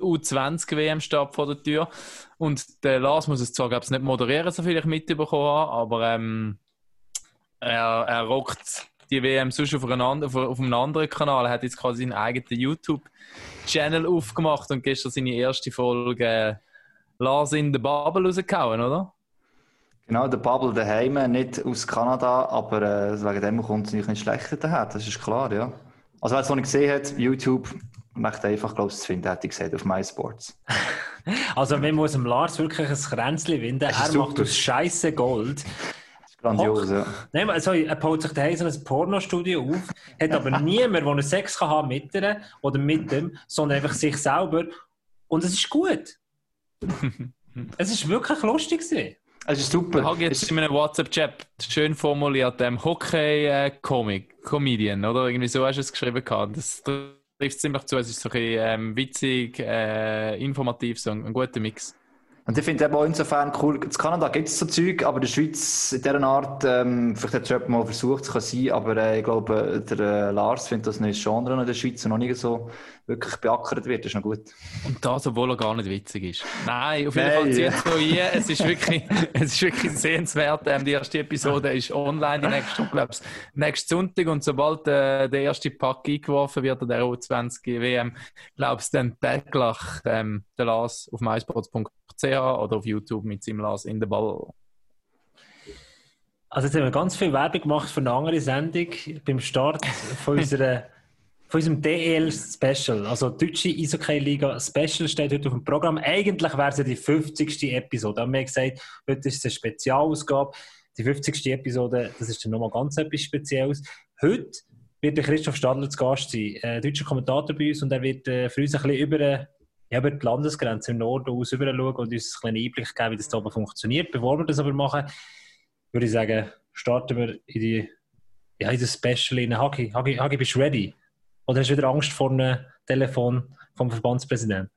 U20-WM steht vor der Tür. Und der Lars muss es zwar, glaube ich, nicht moderieren, so viel ich mitbekommen habe, aber er rockt die WM sonst auf einem anderen Kanal. Er hat jetzt quasi seinen eigenen YouTube-Channel aufgemacht und gestern seine erste Folge Lars in the Bubble rausgehauen, oder? Genau, der Bubble daheim, nicht aus Kanada, aber wegen dem kommt es nicht schlechter daher, das ist klar, ja. Also wer es noch nicht gesehen hat, YouTube, möchte einfach, glaube ich, zu finden, hätte ich gesagt, auf MySports. Also man muss dem Lars wirklich ein Kränzchen winden, er macht aus Scheisse Gold. Grandios, ja. Nein, also, er baut sich daheim so ein Pornostudio auf, hat aber niemand, der einen Sex kann haben mit ihr oder mit dem, sondern einfach sich selber. Und es ist gut. Es ist wirklich lustig gewesen. Es ist super. Ich habe jetzt in einem WhatsApp-Chat schön formuliert, Hockey-Comedian, oder? Irgendwie so hast du es geschrieben gehabt. Das trifft ziemlich zu. Es ist so ein bisschen witzig, informativ, so ein guter Mix. Und ich finde auch insofern cool, in Kanada gibt es so Zeug, aber in der Schweiz in dieser Art, vielleicht hat es jemand mal versucht, es kann sein, aber ich glaube, der Lars findet das ein Genre in der Schweiz noch nicht so wirklich beackert wird, das ist noch gut. Und das, obwohl er gar nicht witzig ist. Nein, auf jeden Fall zieht es so hier. Es ist wirklich sehenswert. Die erste Episode ist online, die nächste, glaube ich, nächsten Sonntag. Und sobald der erste Pack eingeworfen wird an der U20 WM, glaubst du, dann täglich der Lars auf mysports.ch oder auf YouTube mit seinem Lars in der Ball. Also jetzt haben wir ganz viel Werbung gemacht für eine andere Sendung beim Start von unserem DEL-Special, also Deutsche Eishockey-Liga Special, steht heute auf dem Programm. Eigentlich wäre es ja die 50. Episode. Aber wir haben gesagt, heute ist es eine Spezialausgabe. Die 50. Episode, das ist dann nochmal ganz etwas Spezielles. Heute wird der Christoph Stadler zu Gast sein, deutscher Kommentator bei uns, und er wird für uns ein bisschen über die Landesgrenze im Norden aus rüber schauen und uns einen kleinen Einblick geben, wie das da oben funktioniert. Bevor wir das aber machen, würde ich sagen, starten wir in das Special rein. Hagi, bist du ready? Oder hast du wieder Angst vor einem Telefon vom Verbandspräsidenten?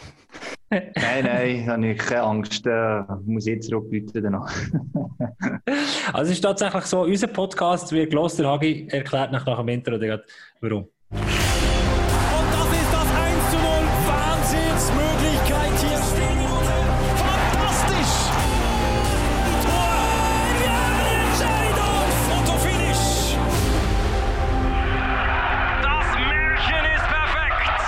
Nein, habe ich keine Angst. Muss ich jetzt zurückrufen danach. Also es ist tatsächlich so, unser Podcast wird gehört, der Hagi erklärt nach dem Intro, warum. Und das ist das 1:0. Wahnsinnsmöglichkeit hier. Fantastisch! Tor! Ja, Entscheidung! Fotofinish! Das Märchen ist perfekt!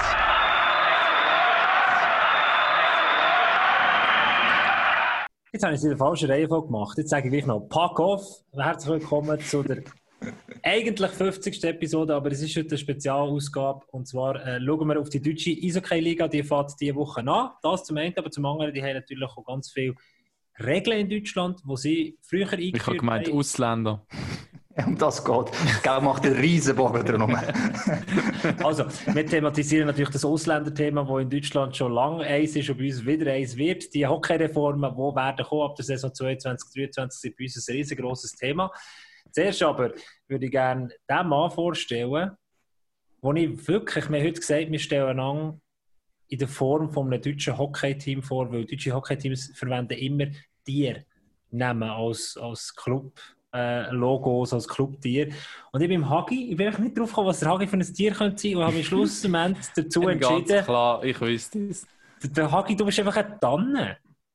Jetzt habe ich es in der falschen Reihenfolge gemacht. Jetzt sage ich gleich noch Pack off. Herzlich willkommen zu der eigentlich 50. Episode, aber es ist heute eine Spezialausgabe. Und zwar schauen wir auf die deutsche Eishockey-Liga. Die fährt diese Woche an. Das zum einen, aber zum anderen, die haben natürlich auch ganz viele Regeln in Deutschland, die sie früher eingeführt haben. Ich habe gemeint, Ausländer. Um das geht. Gell, macht einen riesen Bogen drum. Also, wir thematisieren natürlich das Ausländerthema, das in Deutschland schon lange eins ist und bei uns wieder eins wird. Die Hockeyreformen, die werden kommen ab der Saison 2022-2023, sind bei uns ein riesengroßes Thema. Zuerst aber würde ich gerne den Mann vorstellen, wo ich wirklich, wir haben heute gesagt, wir stellen an in der Form von einem deutschen Hockeyteam vor, weil deutsche Hockeyteams verwenden immer Tiernamen als Club. Logos als Clubtier. Und ich bin im Hagi, ich bin einfach nicht drauf gekommen, was der Hagi für ein Tier könnte sein, und habe mich schlussendlich dazu entschieden. Ganz klar, ich wüsste es. Der Hagi, du bist einfach eine Tanne.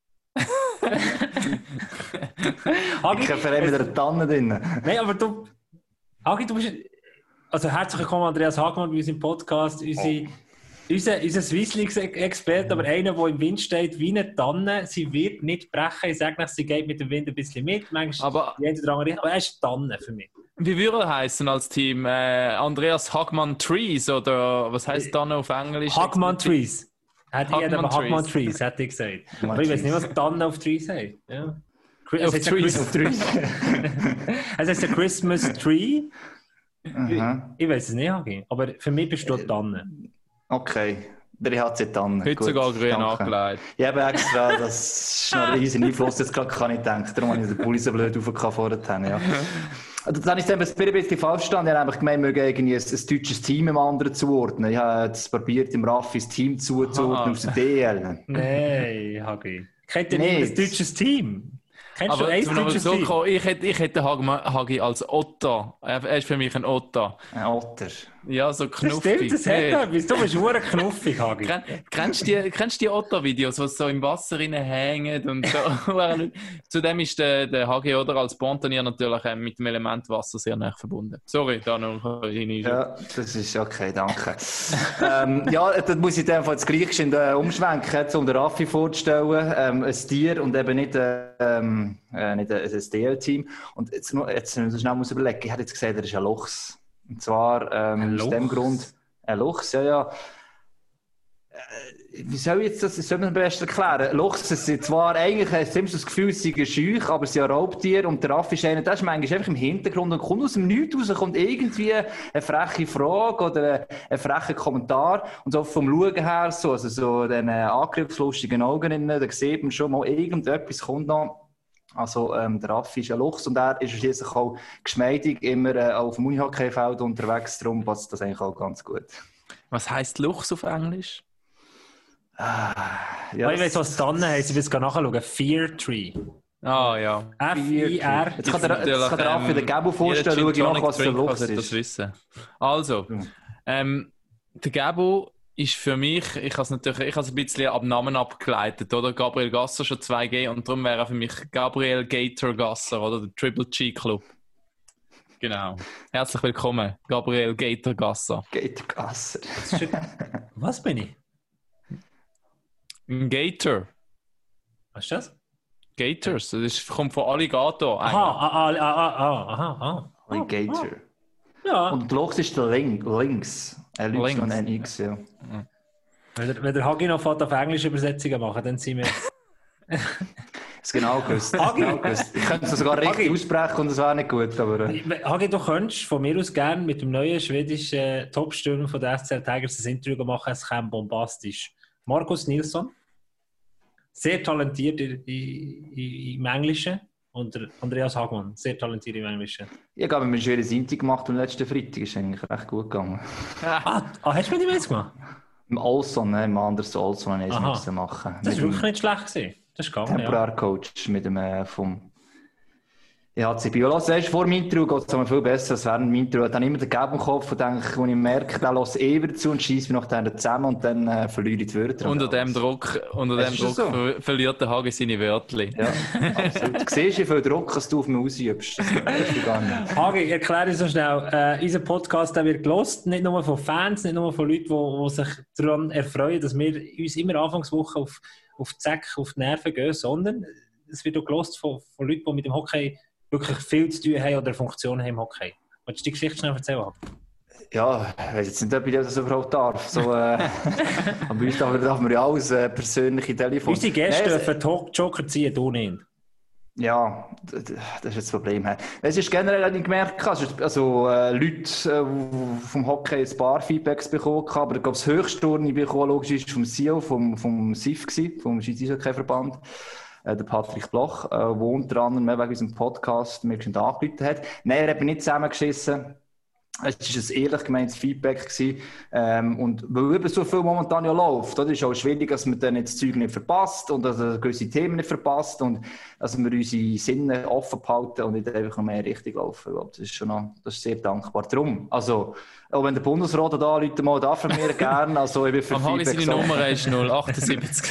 Hagi, Ich habe wieder eine Tanne drin. Nein, aber Hagi, du bist... Also herzlich willkommen, Andreas Hagmann, bei uns im Podcast. Unser Swiss League-Experte, aber einer, der im Wind steht, wie eine Tanne. Sie wird nicht brechen. Ich sage nicht, sie geht mit dem Wind ein bisschen mit. Manchmal aber die eine oder andere, aber er ist eine Tanne für mich. Wie würde er heißen als Team? Andreas Hagmann Trees oder was heißt Tanne auf Englisch? Hagmann Trees. Hagmann Trees, hätte ich gesagt. Hagmann Aber ich weiß Trees. nicht, was Tanne auf Trees heißt. Ja. Auf Trees. Es heißt ein Christmas Tree. Aha. Ich weiß es nicht, Hagi. Aber für mich bist du Tanne. Okay, der hat sich dann. Heute Gut, sogar grün danke. angelegt. Ich habe extra, das ist noch ein riesen Einfluss, jetzt gerade kann ich denken. Darum habe ich den Pulli so blöd raufgehauen vorher. Ja. Dann habe ich es ein bisschen falsch verstanden. Ich habe einfach gemeint, wir mögen irgendwie ein deutsches Team im anderen zuordnen. Ich habe jetzt probiert, im Raffi das Team zuzuordnen aus der DL. Nein, Hagi. Kennt ihr nicht ein deutsches Team? Kennst du Aber ein deutsches Team? ich hätte Hagi als Otter. Er ist für mich ein Otter. Ein Otter. Ja, so Das knuffig. stimmt, das hat etwas. Du bist verdammt knuffig, Hagi. Kennst du die Otto-Videos, die so im Wasser hängen und so? Zudem ist der Hagi oder als Pontonier natürlich mit dem Element Wasser sehr nah verbunden. Sorry, da noch hinein. Ja, das ist okay, danke. Ja, das muss ich in dem Fall das Gleiche umschwenken, um den Raffi vorzustellen. Ein Tier und eben nicht ein DL-Team. Und jetzt so schnell muss ich überlegen, ich hätte jetzt gesagt, er ist ein Luchs. Und zwar aus dem Grund, ein Luchs, ja. Wie soll ich jetzt das am besten erklären? Luchse sind zwar eigentlich, das Gefühl, sie sind scheuch, aber sie sind ja Raubtiere. Und der Raffi ist einer, der ist manchmal einfach im Hintergrund und kommt aus dem Nichts raus, kommt irgendwie eine freche Frage oder ein frecher Kommentar. Und so vom Schauen her, also so den angriffslustigen Augen, da sieht man schon mal, irgendetwas kommt noch. Also, der Raffi ist ein Luchs und er ist schliesslich auch geschmeidig, immer auf dem Unihockeyfeld unterwegs, darum passt das eigentlich auch ganz gut. Was heisst Luchs auf Englisch? Ja, ich weiss, was dann heisst, ich will es nachschauen. Fear Tree. Ah, ja. F-I-R. Jetzt kann der Raffi den Gabo vorstellen, schau ich nach, was für ein Luchs ist. Das wissen. Also, der Gabo ist für mich, ich habe es ein bisschen ab Namen abgeleitet, oder? Gabriel Gasser schon 2G und darum wäre er für mich Gabriel Gator Gasser, oder? Der Triple G Club. Genau. Herzlich willkommen, Gabriel Gator Gasser. Gator Gasser. Was bin ich? Ein Gator. Was ist das? Gators, das kommt von Alligator. Aha. Alligator. Ja. Und Luchs ist der Links. Links. Und ein X, ja. Wenn der Hagi noch auf englische Übersetzungen machen, dann sind wir... Das ist genau gewusst. Ich könnte es sogar richtig aussprechen und das wäre nicht gut. Aber, Hagi, du könntest von mir aus gerne mit dem neuen schwedischen Topstürmer von der SCR Tigers ein Interview machen, es käme bombastisch. Markus Nilsson, sehr talentiert im Englischen. Und Andreas Hagmann, sehr talentiert im Englischen. Ich habe mir ein schönes Interview gemacht am letzten Freitag, ist eigentlich recht gut gegangen. Hast du mit ihm jetzt gemacht? Im Olson, im Anders Olson, habe ich es machen. Das war wirklich nicht schlecht gewesen. Das ist gegangen, Temporärcoach mit dem vom HC Bio. Erst vor dem Intro geht es viel besser als während dem Intro. Dann immer den Gab im Kopf und denke, wo ich merke, der lässt wieder zu und schießt mich nachher zusammen und dann verliere ich die Wörter. Unter dem Druck verliert der Hagi seine Wörter. Ja, absolut. Du siehst, wie viel Druck du auf mich ausübst. Das weißt du gar nicht. Hagi, erkläre uns so schnell. Unser Podcast der wird gelost, nicht nur von Fans, nicht nur von Leuten, die sich daran erfreuen, dass wir uns immer Anfangswoche auf die Säcke, auf die Nerven gehen, sondern es wird auch gelost von Leuten, die mit dem Hockey wirklich viel zu tun haben oder Funktionen haben im Hockey. Willst du die Geschichte schnell erzählen? Ja, ich weiß jetzt nicht, ob ich das überhaupt darf. So, aber bei uns darf man ja alles persönliche Telefon. Unsere Gäste dürfen Talk-Joker ziehen, du nicht. Ja, das ist das Problem. Es ist generell, habe ich gemerkt, also Leute vom Hockey ein paar Feedbacks bekommen, aber ich glaube, das höchste, was ich bekommen logisch ist vom CEO, vom SIF, vom Schweizer Hockey-Verband. Der Patrick Bloch, der unter anderem wegen unserem Podcast mir schon angerufen hat. Nein, er hat mich nicht zusammengeschissen. Es war ein ehrlich gemeintes Feedback gewesen. Und weil eben so viel momentan ja läuft, oder, ist es auch schwierig, dass man dann das Zeug nicht verpasst und dass man gewisse Themen nicht verpasst und dass wir unsere Sinne offen behalten und nicht einfach noch mehr richtig laufen. Das ist sehr dankbar. Darum, also, auch wenn der Bundesrat da Leute mal darf mir gerne, also ich bin für Hagi, Feedback. seine Nummer ist 078.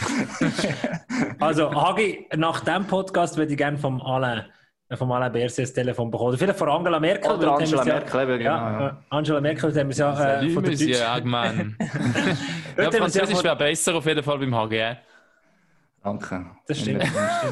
Also, Hagi, nach diesem Podcast würde ich gerne vom Alain Berset das Telefon bekommen. Vielleicht von Angela Merkel. Oder Angela Merkel, genau. Ja. Angela Merkel, haben wir es ja von der Deutschen... allgemein. Ja, Französisch wäre besser auf jeden Fall beim HG. Danke. Das stimmt.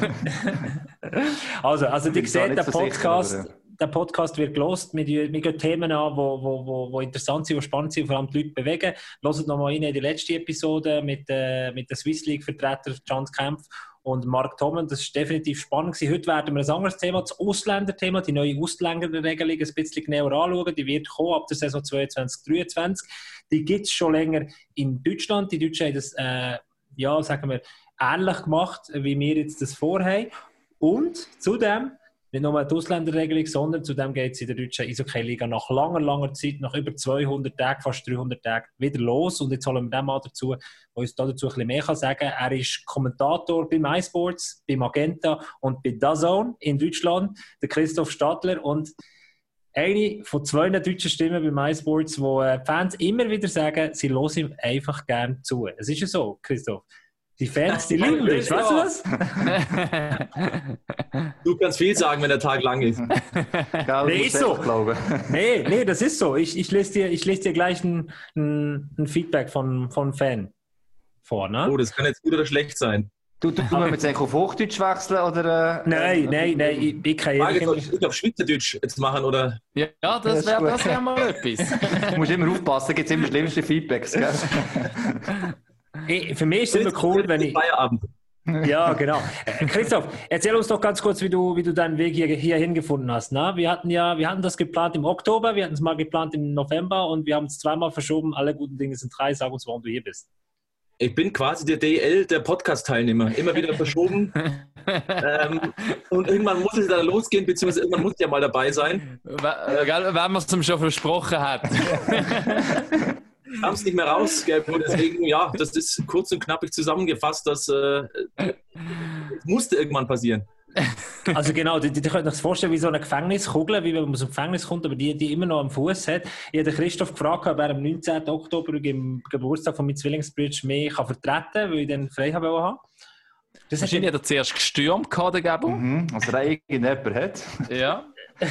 Also die seht, der Podcast wird gelost. Wir gehen Themen an, die interessant sind, die spannend sind und vor allem die Leute bewegen. Hört nochmal rein in die letzte Episode mit der Swiss League-Vertreter Chance Kempf und Mark Thoman. Das war definitiv spannend gewesen. Heute werden wir ein anderes Thema, das Ausländerthema, die neue Ausländerregelung ein bisschen genauer anschauen. Die wird kommen ab der Saison 22/23. Die gibt es schon länger in Deutschland. Die Deutschen haben das, sagen wir, ähnlich gemacht, wie wir jetzt das vorhaben. Und zudem nicht nur die Ausländerregelung, sondern zudem geht es in der deutschen Eishockey-Liga nach langer Zeit, nach über 200 Tagen, fast 300 Tagen, wieder los. Und jetzt holen wir den mal dazu, der uns dazu ein bisschen mehr sagen kann. Er ist Kommentator bei MySports, bei Magenta und bei DAZN in Deutschland, der Christoph Stadler. Und eine von 2 deutschen Stimmen bei MySports, wo Fans immer wieder sagen, sie hören ihm einfach gern zu. Es ist ja so, Christoph. Die Fans, die lieben dich, weißt du das? Du kannst viel sagen, wenn der Tag lang ist. Nee, ist so. Nee, das ist so. Ich lese dir gleich ein Feedback von Fan vor, ne? Oh, das kann jetzt gut oder schlecht sein. Du musst jetzt eigentlich auf Hochdeutsch wechseln, oder? Nein, ich kann Soll ich auf Schweizerdeutsch jetzt machen, oder? Ja, das wäre mal etwas. Du musst immer aufpassen, da gibt es immer schlimmste Feedbacks, gell? Für mich ist es immer cool, wenn ich... Feierabend. Ja, genau. Christoph, erzähl uns doch ganz kurz, wie du deinen Weg hierhin gefunden hast. Na? Wir hatten das geplant im Oktober, wir hatten es mal geplant im November und wir haben es 2-mal verschoben. Alle guten Dinge sind 3. Sag uns, warum du hier bist. Ich bin quasi der DL der Podcast-Teilnehmer. Immer wieder verschoben. Und irgendwann muss es dann losgehen, beziehungsweise irgendwann muss ich ja mal dabei sein. Wenn man es ihm schon versprochen hat. Haben es nicht mehr rausgegeben. Deswegen, ja, das ist kurz und knappig zusammengefasst, das musste irgendwann passieren. Also genau, die könnt euch das vorstellen wie so eine Gefängniskugel, wie wenn man aus dem Gefängnis kommt, aber die immer noch am Fuß hat. Ich habe Christoph gefragt, ob er am 19. Oktober im Geburtstag von meinem Zwillingsbruder mich vertreten kann, weil ich dann frei haben. Das Wahrscheinlich hat er zuerst gestürmt, der Gabo. Also da irgendjemand hat. Ja.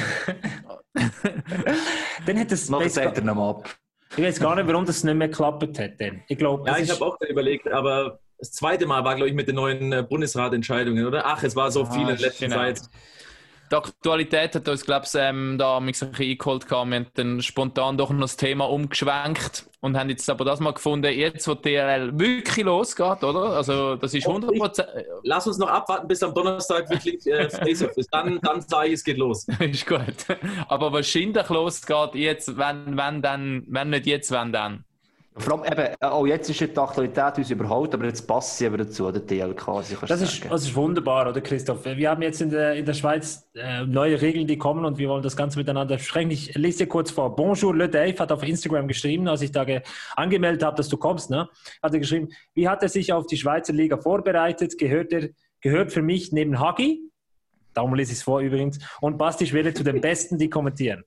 Dann hat das... Noch sagt er noch ab. Ich weiß gar nicht, warum das nicht mehr geklappt hat. Denn. Ich glaube, ja, ich habe auch überlegt, aber das zweite Mal war, glaube ich, mit den neuen Bundesratentscheidungen, oder? Ach, es war so viel in letzter Zeit. Die Aktualität hat uns, glaube ich, da ein bisschen eingeholt. Wir haben dann spontan doch noch das Thema umgeschwenkt und haben jetzt aber das mal gefunden, jetzt, wo die DRL wirklich losgeht, oder? Also, das ist 100%. Lass uns noch abwarten, bis am Donnerstag wirklich Face-Off ist. Dann sage ich, es geht los. Ist gut. Aber wahrscheinlich losgeht jetzt, wenn nicht jetzt, wenn dann. Vor allem eben, auch jetzt ist die Aktualität uns überholt, aber jetzt passt sie aber dazu, der DL quasi. Das ist wunderbar, oder Christoph? Wir haben jetzt in der Schweiz neue Regeln, die kommen und wir wollen das Ganze miteinander besprechen. Ich lese dir kurz vor. Bonjour, Le Dave hat auf Instagram geschrieben, als ich da angemeldet habe, dass du kommst, ne? Hat er geschrieben, wie hat er sich auf die Schweizer Liga vorbereitet? Gehört für mich neben Hagi, darum lese ich es vor übrigens, und Basti Schwelle zu den Besten, die kommentieren.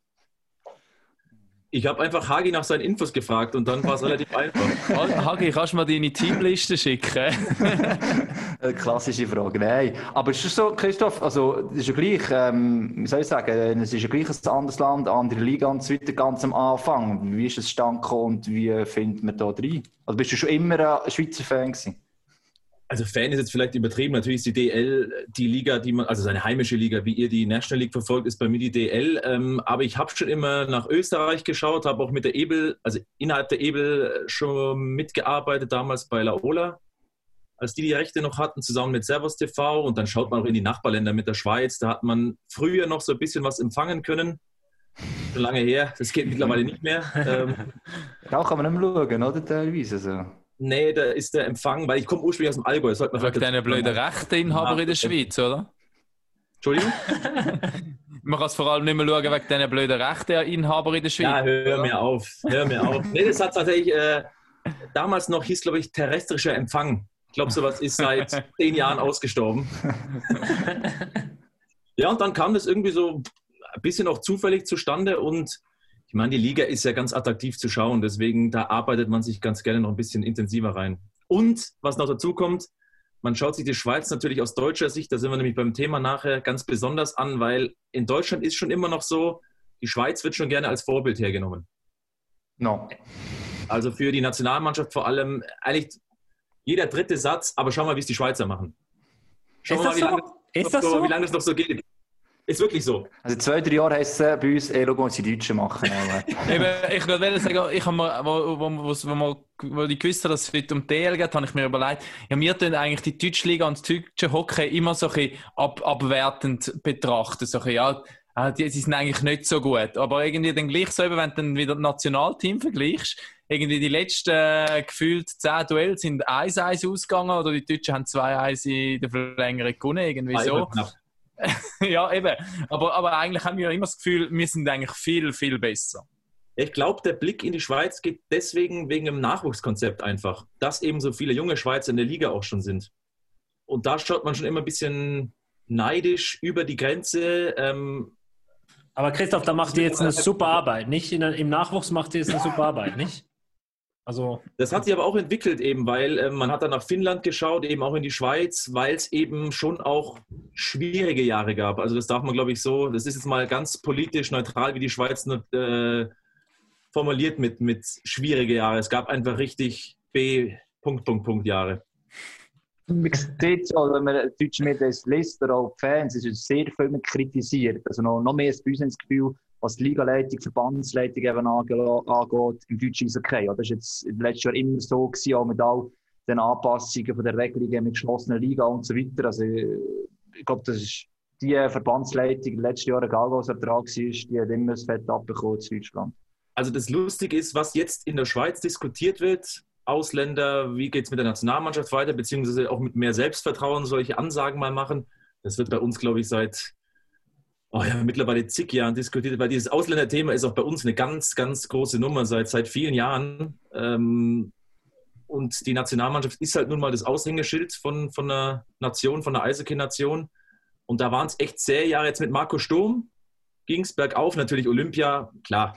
Ich habe einfach Hagi nach seinen Infos gefragt und dann war es relativ einfach. Hagi, kannst du mir deine Teamliste schicken? Klassische Frage, nein. Aber es ist so, Christoph, also es ist ja gleich, wie soll ich sagen, es ist ja gleich ein anderes Land, andere Liga und so weiter, ganz am Anfang. Wie ist es zustande gekommen und wie findet man da rein? Also bist du schon immer ein Schweizer Fan gewesen? Also Fan ist jetzt vielleicht übertrieben. Natürlich ist die DL die Liga, also seine heimische Liga, wie ihr die National League verfolgt, ist bei mir die DL. Aber ich habe schon immer nach Österreich geschaut, habe auch mit der Ebel, also innerhalb der Ebel schon mitgearbeitet, damals bei Laola, als die Rechte noch hatten, zusammen mit Servus TV. Und dann schaut man auch in die Nachbarländer mit der Schweiz. Da hat man früher noch so ein bisschen was empfangen können. Schon lange her, das geht mittlerweile nicht mehr. Da kann man nicht mehr schauen, oder? Teilweise so. Nee, da ist der Empfang, weil ich komme ursprünglich aus dem Allgäu. Wegen deiner blöden Rechteinhaber in der Schweiz, oder? Entschuldigung? Man kann es vor allem nicht mehr schauen wegen diesen blöden Rechteinhaber in der Schweiz. Ja, hör mir auf. Nee, das hat tatsächlich, damals noch hieß, glaube ich, terrestrischer Empfang. Ich glaube, sowas ist seit 10 Jahren ausgestorben. Ja, und dann kam das irgendwie so ein bisschen auch zufällig zustande und ich meine, die Liga ist ja ganz attraktiv zu schauen, deswegen da arbeitet man sich ganz gerne noch ein bisschen intensiver rein. Und was noch dazu kommt, man schaut sich die Schweiz natürlich aus deutscher Sicht, da sind wir nämlich beim Thema nachher, ganz besonders an, weil in Deutschland ist schon immer noch so, die Schweiz wird schon gerne als Vorbild hergenommen. No. Also für die Nationalmannschaft vor allem eigentlich jeder dritte Satz, aber schau mal, wie es die Schweizer machen. Schau mal, wie lange das noch so geht. Ist wirklich so. Also 2-3 Jahre heisst es bei uns, schau mal, was die Deutschen machen. Ich würde sagen, ich habe mir, wo ich gewusst habe, dass es heute um DL geht, habe ich mir überlegt, ja, wir tun eigentlich die deutsche Liga und das deutsche Hockey immer so ein bisschen abwertend betrachten. So ein bisschen, ja, sie sind eigentlich nicht so gut. Aber irgendwie dann gleich so, wenn du dann wieder das Nationalteam vergleichst, irgendwie die letzten gefühlt 10 Duelle sind 1-1 ausgegangen oder die Deutschen haben 2-1 in der Verlängerung gewonnen, irgendwie so. Ja, eben. Aber eigentlich haben wir immer das Gefühl, wir sind eigentlich viel, viel besser. Ich glaube, der Blick in die Schweiz geht deswegen wegen dem Nachwuchskonzept einfach, dass eben so viele junge Schweizer in der Liga auch schon sind. Und da schaut man schon immer ein bisschen neidisch über die Grenze. Aber Christoph, da macht ihr jetzt eine super Arbeit, nicht? Im Nachwuchs macht ihr jetzt eine super Arbeit, nicht? Also, das hat sich aber auch entwickelt eben, weil man hat dann nach Finnland geschaut, eben auch in die Schweiz, weil es eben schon auch schwierige Jahre gab. Also das darf man, glaube ich, so, das ist jetzt mal ganz politisch neutral, wie die Schweiz formuliert mit schwierige Jahre. Es gab einfach richtig Jahre. Man sieht so, wenn man deutsche Medien liest oder auch die Fans, ist es sehr viel kritisiert. Also noch mehr ist bei uns das Gefühl, was die Ligaleitung, Verbandsleitung eben angeht, im deutschen Eishockey. Das war jetzt letztes Jahr immer so gewesen, auch mit all den Anpassungen von der Regelungen mit geschlossener Liga und so weiter. Also ich glaube, das ist die Verbandsleitung letztes Jahr, egal was der Ertrag war, die hat immer das Fett abbekommen in Deutschland. Also das Lustige ist, was jetzt in der Schweiz diskutiert wird, Ausländer, wie geht es mit der Nationalmannschaft weiter, beziehungsweise auch mit mehr Selbstvertrauen solche Ansagen mal machen. Das wird bei uns, glaube ich, seit mittlerweile zig Jahren diskutiert, weil dieses Ausländerthema ist auch bei uns eine ganz, ganz große Nummer seit vielen Jahren. Und die Nationalmannschaft ist halt nun mal das Aushängeschild von einer Nation, von einer Eishockey-Nation. Und da waren es echt zähe Jahre. Jetzt mit Marco Sturm ging es bergauf. Natürlich Olympia, klar.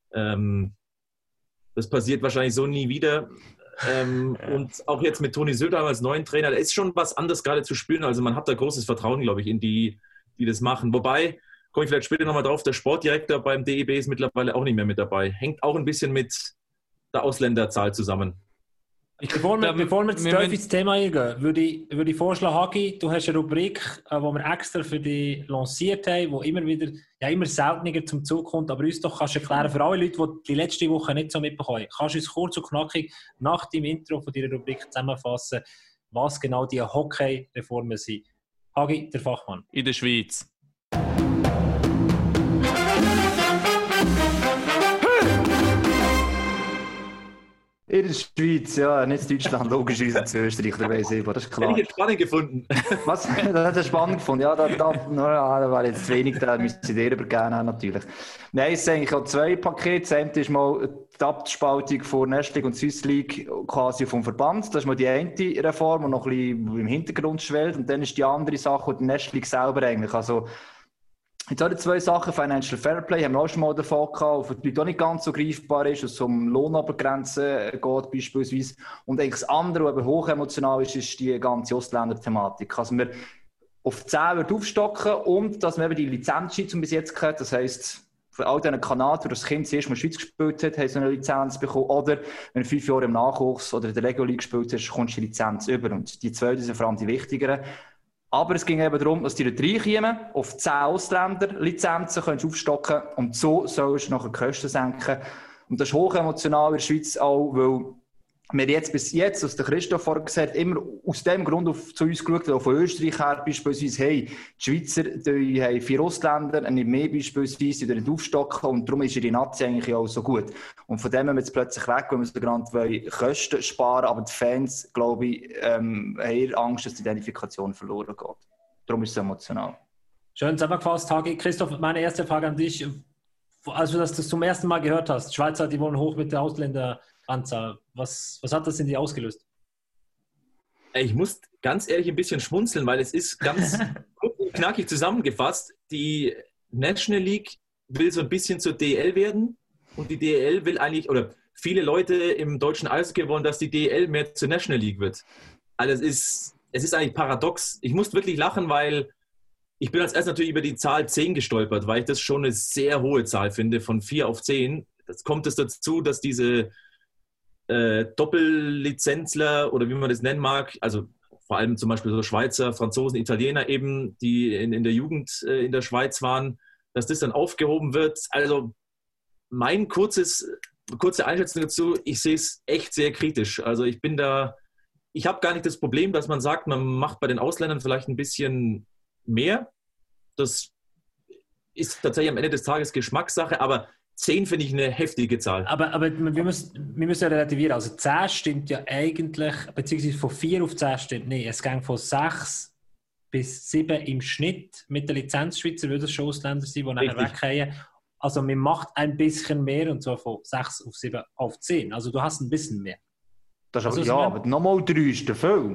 Das passiert wahrscheinlich so nie wieder. Und auch jetzt mit Toni Söder als neuen Trainer, da ist schon was anderes gerade zu spüren. Also man hat da großes Vertrauen, glaube ich, in die das machen. Wobei, komme ich vielleicht später nochmal drauf, der Sportdirektor beim DEB ist mittlerweile auch nicht mehr mit dabei. Hängt auch ein bisschen mit der Ausländerzahl zusammen. Bevor wir jetzt ins Thema eingehen, würde ich vorschlagen, Hagi, du hast eine Rubrik, die wir extra für dich lanciert haben, die immer seltener zum Zug kommt, aber uns doch kannst du erklären, für alle Leute, die die letzte Woche nicht so mitbekommen haben, kannst du uns kurz und knackig nach dem Intro von deiner Rubrik zusammenfassen, was genau die Hockey-Reformen sind. Hagi, der Fachmann. In der Schweiz. In der Schweiz, ja, nicht in Deutschland, logischerweise in Österreich, der weiss ich, das ist klar. Hätte ich spannend gefunden. Was? Das hat er spannend gefunden. Ja, da war jetzt zu wenig, da müsste ich dir übergeben haben, natürlich. Nein, es sind eigentlich auch zwei Pakete. Das eine ist mal die Abspaltung von National League und Swiss League quasi vom Verband. Das ist mal die eine Reform, die noch ein bisschen im Hintergrund schwelt. Und dann ist die andere Sache, die National League selber eigentlich. Also, jetzt haben wir zwei Sachen. Financial Fairplay haben wir auch schon mal davon gehabt, für die Leute auch nicht ganz so greifbar ist, dass es um Lohnobergrenzen geht beispielsweise. Und eigentlich das andere, was aber hochemotional ist die ganze Ausländer-Thematik. Also wir auf 10 wird aufstocken und dass wir eben die Lizenzschiedsrichter bis jetzt gehabt, das heisst, für all diesen Kanadier, die das Kind zuerst mal in der Schweiz gespielt hat, haben sie eine Lizenz bekommen. Oder wenn du 5 Jahre im Nachwuchs oder in der Regular League gespielt hast, kommst du die Lizenz über. Und die zwei sind vor allem die wichtigeren. Aber es ging eben darum, dass die da reinkommen, auf 10 Ausländer-Lizenzen kannst du aufstocken und so sollst du nachher die Kosten senken. Und das ist hochemotional in der Schweiz auch, weil wir jetzt bis jetzt, was der Christoph vorher gesagt hat, immer aus dem Grund zu uns geschaut, auch von Österreich her beispielsweise, hey, die Schweizer die haben 4 Ausländer, nicht mehr beispielsweise, die nicht aufstocken und darum ist ihre Nazi eigentlich auch so gut. Und von dem haben wir jetzt plötzlich weg, weil wir so genannt Kosten sparen, aber die Fans, glaube ich, haben Angst, dass die Identifikation verloren geht. Darum ist es emotional. Schön zusammengefasst, Hagi. Christoph, meine erste Frage an dich. Als du das zum ersten Mal gehört hast, die Schweizer, die wollen hoch mit der Ausländeranzahl. Was hat das in dir ausgelöst? Ich muss ganz ehrlich ein bisschen schmunzeln, weil es ist ganz kurz und knackig zusammengefasst. Die National League will so ein bisschen zur DEL werden und die DEL will eigentlich, oder viele Leute im deutschen Eishockey wollen, dass die DEL mehr zur National League wird. Also es ist eigentlich paradox. Ich musste wirklich lachen, weil ich bin als erstes natürlich über die Zahl 10 gestolpert, weil ich das schon eine sehr hohe Zahl finde, von 4 auf 10. Jetzt kommt es dazu, dass diese Doppellizenzler oder wie man das nennen mag, also vor allem zum Beispiel so Schweizer, Franzosen, Italiener eben, die in der Jugend in der Schweiz waren, dass das dann aufgehoben wird. Also mein kurze Einschätzung dazu, ich sehe es echt sehr kritisch. Also ich habe gar nicht das Problem, dass man sagt, man macht bei den Ausländern vielleicht ein bisschen mehr. Das ist tatsächlich am Ende des Tages Geschmackssache, aber 10 finde ich eine heftige Zahl. Aber wir müssen ja relativieren. Also 10 stimmt ja eigentlich, beziehungsweise von 4 auf 10 stimmt nicht. Es ging von 6 bis 7 im Schnitt mit der Lizenzschweizer, würde es schon Ausländer sein, die nachher weggehen. Also man macht ein bisschen mehr, und zwar von 6 auf 7 auf 10. Also du hast ein bisschen mehr. Das ist aber, aber nochmal 3 ist der Film.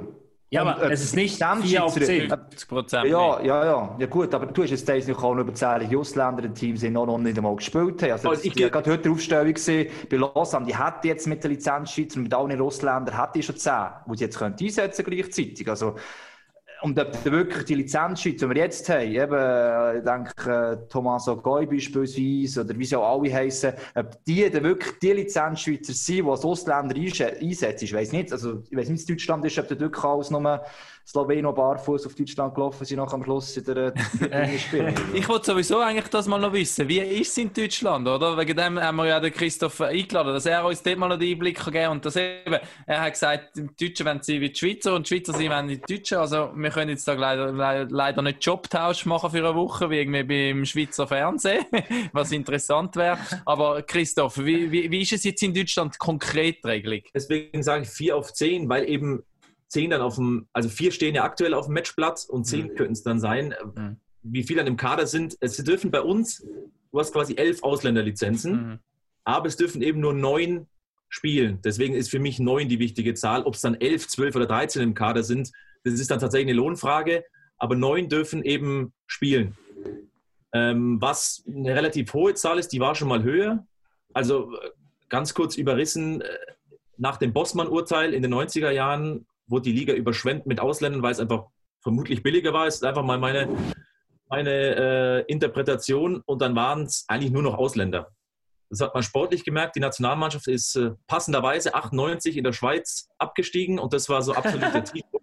Ja, aber es ist nicht 4 auf 10. 50% Ja, gut, aber du hast jetzt eigentlich auch noch über 10 Ausländer im Team sind noch nicht einmal gespielt haben. Also, ich war gerade heute die Aufstellung gesehen, bei Lausanne, die hätte jetzt mit den Lizenzschweizern und mit allen Ausländern hätte ich schon 10, die sie jetzt einsetzen gleichzeitig. Also, und ob wirklich die Lizenzschweizer, die wir jetzt haben, eben, ich denke, Thomas Ogoy beispielsweise, oder wie sie auch alle heissen, ob die dann wirklich die Lizenzschweizer sind, die als Ausländer einsetzen, ich weiss nicht. Also, ich weiss nicht, was Deutschland ist, ob da wirklich alles nur Sloweno barfuß auf Deutschland gelaufen sind, nach am Schluss in der Spiel. Ich wollte sowieso eigentlich das mal noch wissen. Wie ist es in Deutschland, oder? Wegen dem haben wir ja den Christoph eingeladen, dass er uns dort mal noch den Einblick geben kann. Und das eben, er hat gesagt, die Deutschen wollen sie wie die Schweizer und die Schweizer sie wollen die Deutschen. Also wir können jetzt da leider nicht Jobtausch machen für eine Woche, wie irgendwie beim Schweizer Fernsehen, was interessant wäre. Aber Christoph, wie ist es jetzt in Deutschland konkret die Regelung? Deswegen sage ich 4 auf 10, weil eben 10 dann also 4 stehen ja aktuell auf dem Matchplatz und 10 könnten es dann sein. Wie viele dann im Kader sind, es dürfen bei uns, du hast quasi 11 Ausländerlizenzen, aber es dürfen eben nur 9 spielen. Deswegen ist für mich 9 die wichtige Zahl. Ob es dann 11, 12 oder 13 im Kader sind, das ist dann tatsächlich eine Lohnfrage, aber 9 dürfen eben spielen. Was eine relativ hohe Zahl ist, die war schon mal höher. Also ganz kurz überrissen, nach dem Bossmann-Urteil in den 90er Jahren wurde die Liga überschwemmt mit Ausländern, weil es einfach vermutlich billiger war. Das ist einfach mal meine Interpretation. Und dann waren es eigentlich nur noch Ausländer. Das hat man sportlich gemerkt. Die Nationalmannschaft ist passenderweise 98 in der Schweiz abgestiegen. Und das war so absolut der Tiefpunkt.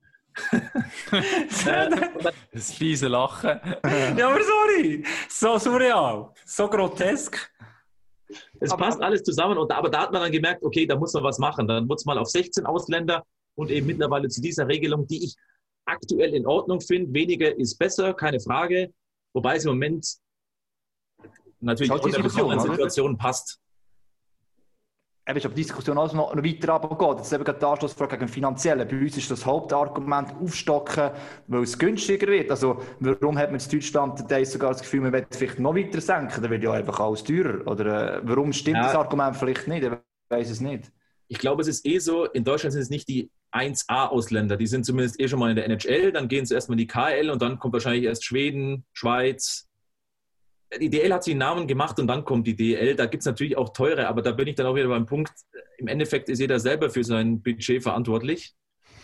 Das fiese Lachen. Ja, aber sorry. So surreal. So grotesk. Es passt alles zusammen. Aber da hat man dann gemerkt, okay, da muss man was machen. Dann muss man auf 16 Ausländer und eben mittlerweile zu dieser Regelung, die ich aktuell in Ordnung finde. Weniger ist besser, keine Frage. Wobei es im Moment natürlich auch in der besonderen Situation passt. Ich glaube, die Diskussion also noch weiter runtergeht. Jetzt eben gerade die Anschlussfrage gegen Finanzielle. Bei uns ist das Hauptargument aufstocken, weil es günstiger wird. Also, warum hat man in Deutschland sogar das Gefühl, man will vielleicht noch weiter senken? Dann wird ja einfach alles teurer. Oder warum stimmt das Argument vielleicht nicht? Ich weiss es nicht. Ich glaube, es ist so, in Deutschland sind es nicht die 1A-Ausländer. Die sind zumindest schon mal in der NHL, dann gehen sie erstmal in die KL und dann kommt wahrscheinlich erst Schweden, Schweiz. Die DL hat sich einen Namen gemacht und dann kommt die DL. Da gibt es natürlich auch teure, aber da bin ich dann auch wieder beim Punkt, im Endeffekt ist jeder selber für sein Budget verantwortlich.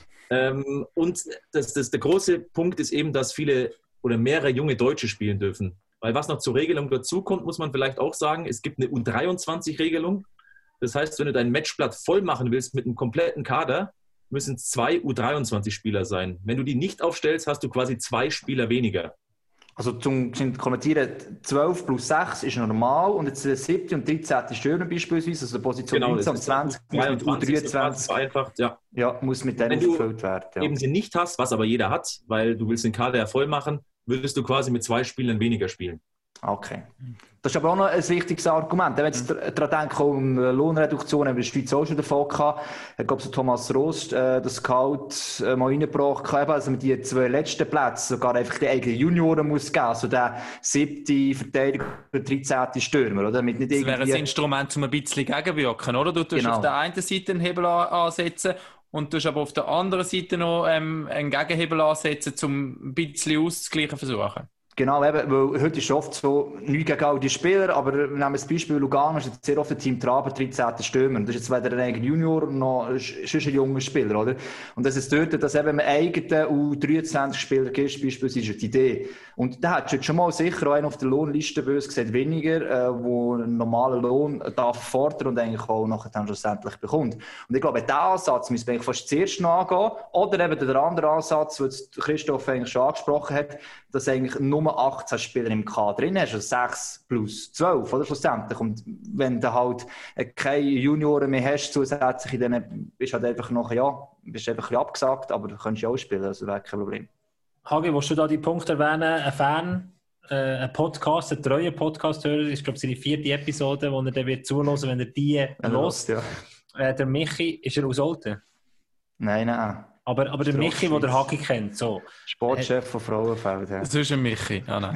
Und der große Punkt ist eben, dass viele oder mehrere junge Deutsche spielen dürfen. Weil was noch zur Regelung dazu kommt, muss man vielleicht auch sagen, es gibt eine U23-Regelung. Das heißt, wenn du dein Matchblatt voll machen willst mit einem kompletten Kader, müssen es 2 U23-Spieler sein. Wenn du die nicht aufstellst, hast du quasi 2 Spieler weniger. Also zum Kommentieren, 12 plus 6 ist normal und jetzt der 7. und 13. Stürmer beispielsweise, also Position 19 und 20 mit U23 muss mit denen gefüllt werden. Wenn du eben sie nicht hast, was aber jeder hat, weil du willst den Kader ja voll machen, würdest du quasi mit 2 Spielern weniger spielen. Okay. Das ist aber auch noch ein wichtiges Argument. Wenn wir daran denken, um Lohnreduktion, haben wir in der Schweiz auch schon davon gehabt. Ich glaube, so Thomas Rost, das Gehalt mal reingebracht, also mit die 2 letzten Plätze sogar einfach die eigenen Junioren muss geben, also der 7. Verteidiger, der 13. Stürmer, oder? Damit nicht das wäre ein Instrument, um ein bisschen gegenwirken, oder? Du tust auf der einen Seite einen Hebel ansetzen und du hast aber auf der anderen Seite noch einen Gegenhebel ansetzen, um ein bisschen auszugleichen versuchen. Genau, eben, weil heute ist es oft so, nicht gegen all die Spieler, aber wir nehmen das Beispiel Lugano, ist jetzt sehr oft ein Team Traber, 13. Stürmer. Das ist jetzt weder ein Junior noch ein junger Spieler, oder? Und das ist dort, dass eben ein eigener U23-Spieler gibt, beispielsweise die Idee. Und da hat jetzt schon mal sicher auch einen auf der Lohnliste, bös gesagt, weniger, wo einen normalen Lohn darf fordern und eigentlich auch nachher dann schlussendlich bekommt. Und ich glaube, diesen Ansatz müssen wir eigentlich fast zuerst noch angehen. Oder eben der andere Ansatz, den Christoph eigentlich schon angesprochen hat, dass eigentlich nur 18 Spieler im Kader drin hast, also 6 plus 12, oder schlussendlich. Und wenn du halt keine Junioren mehr hast, zusätzlich, dann bist du halt einfach noch, bist einfach ein bisschen abgesagt, aber du kannst ja auch spielen, also wäre kein Problem. Hagi, willst du da die Punkte erwähnen? Ein Fan, ein Podcast, ein treuer Podcast-Hörer, ist, glaube ich, seine 4. Episode, wo er dann wird zuhören, wenn er die hört. Ja. Der Michi, ist er aus Olten? Nein. Aber der Michi, der der Hagi kennt, so. Sportchef von Frauenfeld. Ja. Das ist ein Michi. Nein.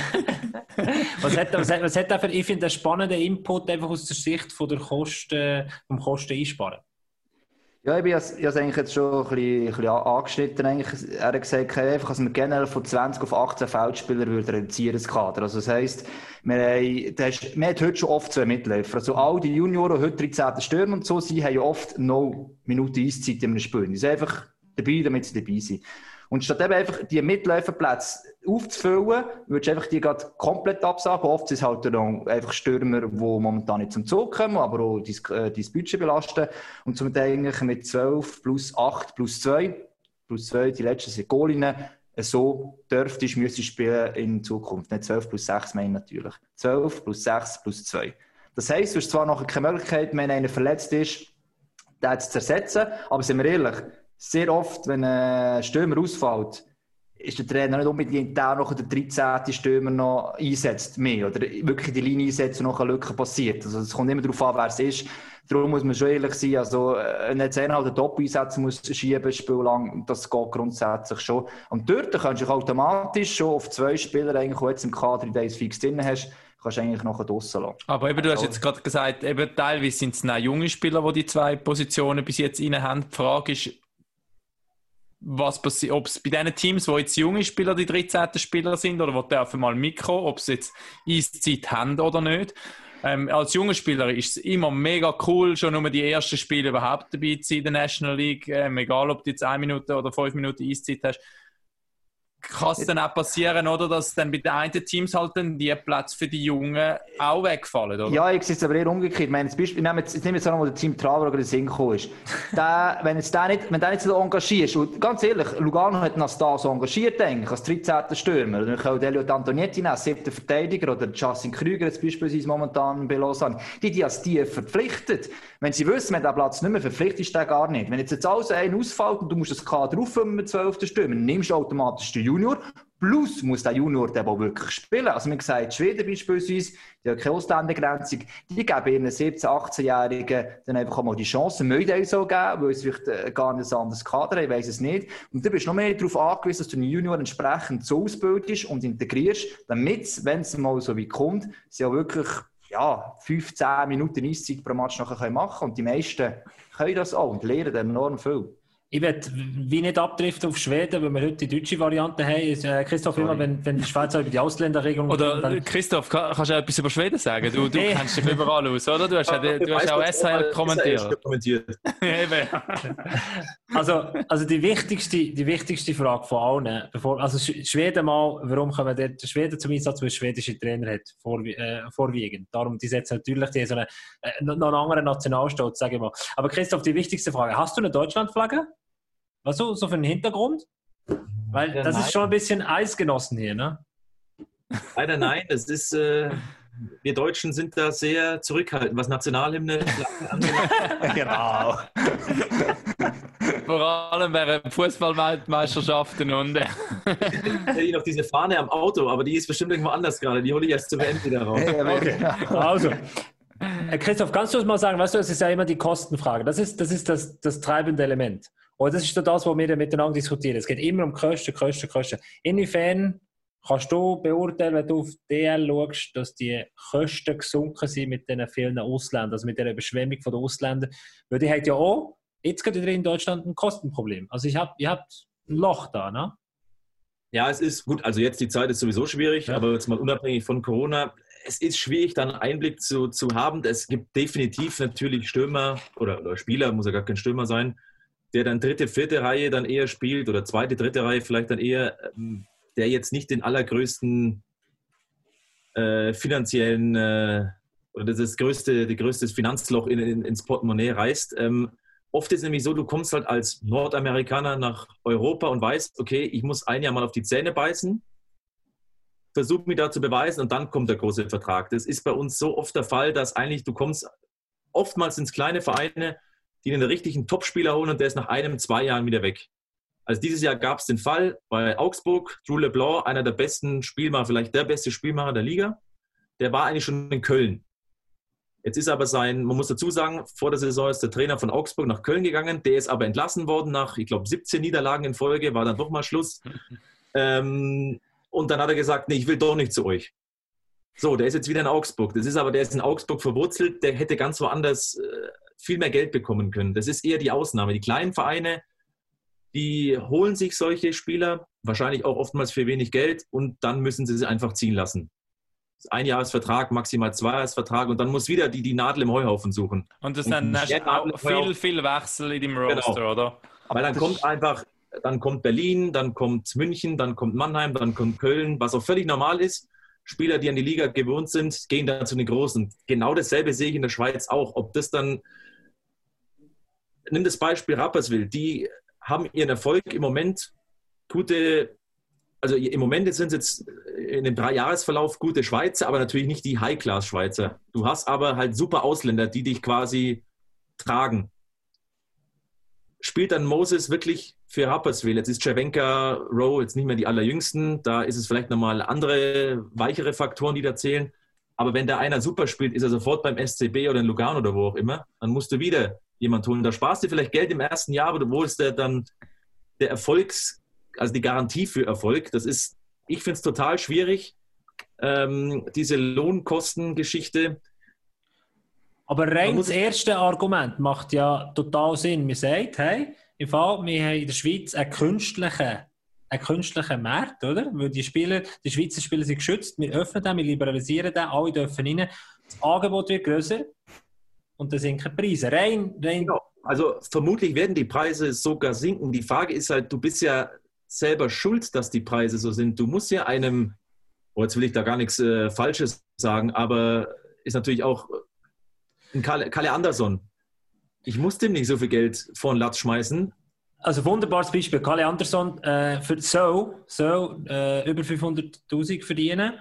Was hat er für, ich finde, einen spannenden Input einfach aus der Sicht von der vom Kosten einsparen? Ja, ich habe es eigentlich jetzt schon ein bisschen angeschnitten. Eigentlich. Er hat gesagt, einfach, dass wir generell von 20 auf 18 Feldspieler reduzieren, das Kader. Also das heisst, wir haben heute schon oft 2 Mitläufer. Also all die Junioren, die heute 13. Stürmer und so sind, haben ja oft 0 Minuten Eiszeit in einem Spiel. Die sind einfach dabei, damit sie dabei sind. Und statt eben einfach die Mitläuferplätze aufzufüllen, würdest du einfach die gerade komplett absagen. Oft sind es halt dann einfach Stürmer, die momentan nicht zum Zug kommen, aber auch dein Budget belasten. Und somit eigentlich mit 12 plus 8 plus 2, die letzten sind Goalinnen, so müsstest du spielen in Zukunft. Nicht 12 plus 6 meine ich natürlich. 12 plus 6 plus 2. Das heisst, du hast zwar noch keine Möglichkeit, wenn einer verletzt ist, den zu ersetzen, aber sind wir ehrlich, sehr oft, wenn ein Stürmer ausfällt, ist der Trainer nicht unbedingt der noch der 13. Stürmer noch einsetzt mehr oder wirklich die Linie einsetzt und noch eine Lücke passiert. Also es kommt immer darauf an, wer es ist. Darum muss man schon ehrlich sein, also wenn jetzt einer halt einen Doppel-Einsatz muss schieben, spiellang, das geht grundsätzlich schon. Und dort kannst du dich automatisch schon auf 2 Spieler, eigentlich, die jetzt im Kader in fix drin hast, kannst du eigentlich noch draussen lassen. Aber eben, du hast jetzt gerade gesagt, eben teilweise sind es junge Spieler, die die 2 Positionen bis jetzt rein haben. Die Frage ist, was passiert, ob es bei diesen Teams, wo jetzt junge Spieler die 13. Spieler sind oder die dürfen mal mitkommen, ob sie jetzt Eiszeit haben oder nicht. Als junger Spieler ist es immer mega cool, schon nur die ersten Spiele überhaupt dabei zu sein in der National League. Egal, ob du jetzt 1 Minute oder 5 Minuten Eiszeit hast. Kann es dann auch passieren, oder, dass dann bei den einen Teams halt dann die Plätze für die Jungen auch wegfallen, oder? Ja, ich sehe es aber eher umgekehrt. Ich meine, ich nehme jetzt an, wo der Team Traver oder der Sinn gekommen ist. Wenn du nicht so engagierst, und ganz ehrlich, Lugano hat нас da so engagiert, eigentlich, als 13. Stürmer. Wir können Elliot Antonietti nehmen, 7. Verteidiger, oder Justin Krüger jetzt beispielsweise momentan bei Lausanne. Die als die verpflichtet. Wenn sie wissen, wenn der Platz nicht mehr verpflichtet ist, der gar nicht. Wenn jetzt also einer ausfällt und du musst das Kader auffüllen mit 12. Stürmer, dann nimmst du automatisch den Junior. Plus muss der Junior den auch wirklich spielen. Also man sagt, Schweden beispielsweise, die haben keine Ausländergrenze, die geben ihren 17-, 18-Jährigen dann einfach auch mal die Chance, möchten so geben, weil sie vielleicht gar nicht ein anderes Kader haben, ich weiss es nicht. Und du bist noch mehr darauf angewiesen, dass du den Junior entsprechend so ausbildest und integrierst, damit, wenn es mal so weit kommt, sie auch wirklich 5-10 Minuten Eiszeit pro Match nachher machen können. Und die meisten können das auch und lernen enorm viel. Ich werde wie nicht abdriften auf Schweden, weil wir heute die deutsche Variante haben. Christoph, immer wenn die Schweizer über die Ausländerregelung... Oder Christoph, kannst du etwas über Schweden sagen? Du kennst dich überall aus, oder? Du hast auch SHL kommentiert. Also die wichtigste Frage von allen, also Schweden mal, warum kommen der Schweden zum Einsatz, weil es schwedische Trainer hat, vorwiegend. Darum, die setzen natürlich so einen anderen Nationalstolz, sage ich mal. Aber Christoph, die wichtigste Frage, hast du eine Deutschlandflagge? Was so für einen Hintergrund? Weil das ist schon ein bisschen Eisgenossen hier, ne? Leider nein, das ist, wir Deutschen sind da sehr zurückhaltend, was Nationalhymne angeht. Genau. Vor allem während Fußballweltmeisterschaften und... Ich habe noch diese Fahne am Auto, aber die ist bestimmt irgendwo anders gerade. Die hole ich erst zum Ende wieder raus. Okay. Also, Christoph, kannst du uns mal sagen, weißt du, das ist ja immer die Kostenfrage. Das ist das treibende Element. Und das ist das, was wir miteinander diskutieren. Es geht immer um Kosten. Inwiefern kannst du beurteilen, wenn du auf DL schaust, dass die Kosten gesunken sind mit den vielen Ausländern, also mit der Überschwemmung der Ausländer? Weil die hat ja auch jetzt gerade in Deutschland ein Kostenproblem. Also ihr habt ein Loch da, ne? Ja, es ist gut. Also jetzt die Zeit ist sowieso schwierig, aber jetzt mal unabhängig von Corona, es ist schwierig, dann einen Einblick zu haben. Es gibt definitiv natürlich Stürmer oder Spieler, muss ja gar kein Stürmer sein, der dann 3., 4. Reihe dann eher spielt oder 2., 3. Reihe vielleicht dann eher, der jetzt nicht den allergrößten finanziellen oder das größte Finanzloch ins Portemonnaie reißt. Oft ist es nämlich so, du kommst halt als Nordamerikaner nach Europa und weißt, okay, ich muss ein Jahr mal auf die Zähne beißen, versuche mich da zu beweisen und dann kommt der große Vertrag. Das ist bei uns so oft der Fall, dass eigentlich du kommst oftmals ins kleine Vereine, die einen richtigen Topspieler holen und der ist nach 1, 2 Jahren wieder weg. Also dieses Jahr gab es den Fall bei Augsburg, Drew LeBlanc, einer der besten Spielmacher, vielleicht der beste Spielmacher der Liga, der war eigentlich schon in Köln. Jetzt ist aber man muss dazu sagen, vor der Saison ist der Trainer von Augsburg nach Köln gegangen, der ist aber entlassen worden nach, ich glaube, 17 Niederlagen in Folge, war dann doch mal Schluss. Und dann hat er gesagt, nee, ich will doch nicht zu euch. So, der ist jetzt wieder in Augsburg. Der ist in Augsburg verwurzelt, der hätte ganz woanders viel mehr Geld bekommen können. Das ist eher die Ausnahme. Die kleinen Vereine, die holen sich solche Spieler, wahrscheinlich auch oftmals für wenig Geld, und dann müssen sie einfach ziehen lassen. Einjahresvertrag, maximal Zweijahresvertrag, und dann muss wieder die Nadel im Heuhaufen suchen. Und das sind auch viel Wechsel in dem Roster, genau. Oder? Weil dann kommt Berlin, dann kommt München, dann kommt Mannheim, dann kommt Köln, was auch völlig normal ist. Spieler, die an die Liga gewohnt sind, gehen dann zu den Großen. Genau dasselbe sehe ich in der Schweiz auch. Ob das dann, nimm das Beispiel Rapperswil, die haben ihren Erfolg im Moment im Moment sind es jetzt in dem 3-Jahres-Verlauf gute Schweizer, aber natürlich nicht die High-Class-Schweizer. Du hast aber halt super Ausländer, die dich quasi tragen. Spielt dann Moses wirklich für Rapperswil? Jetzt ist Cervenka, Rowe jetzt nicht mehr die allerjüngsten, da ist es vielleicht nochmal andere, weichere Faktoren, die da zählen. Aber wenn da einer super spielt, ist er sofort beim SCB oder in Lugano oder wo auch immer, dann musst du wieder jemand holen. Da sparst du vielleicht Geld im ersten Jahr, aber wo ist der also die Garantie für Erfolg? Ich finde es total schwierig, diese Lohnkostengeschichte. Aber rein das erste Argument macht ja total Sinn. Man sagt, hey, im Fall, wir haben in der Schweiz einen künstlichen Markt, oder? Weil die Schweizer Spieler sind geschützt, wir öffnen den, wir liberalisieren den, alle dürfen rein. Das Angebot wird grösser und dann sinken die Preise. Rein. Genau. Also vermutlich werden die Preise sogar sinken. Die Frage ist halt, du bist ja selber schuld, dass die Preise so sind. Du musst ja jetzt will ich da gar nichts Falsches sagen, aber ist natürlich auch ein Kalle Andersson. Ich muss dem nicht so viel Geld vor den Latz schmeißen. Also wunderbares Beispiel. Kalle Andersson soll über 500'000 verdienen.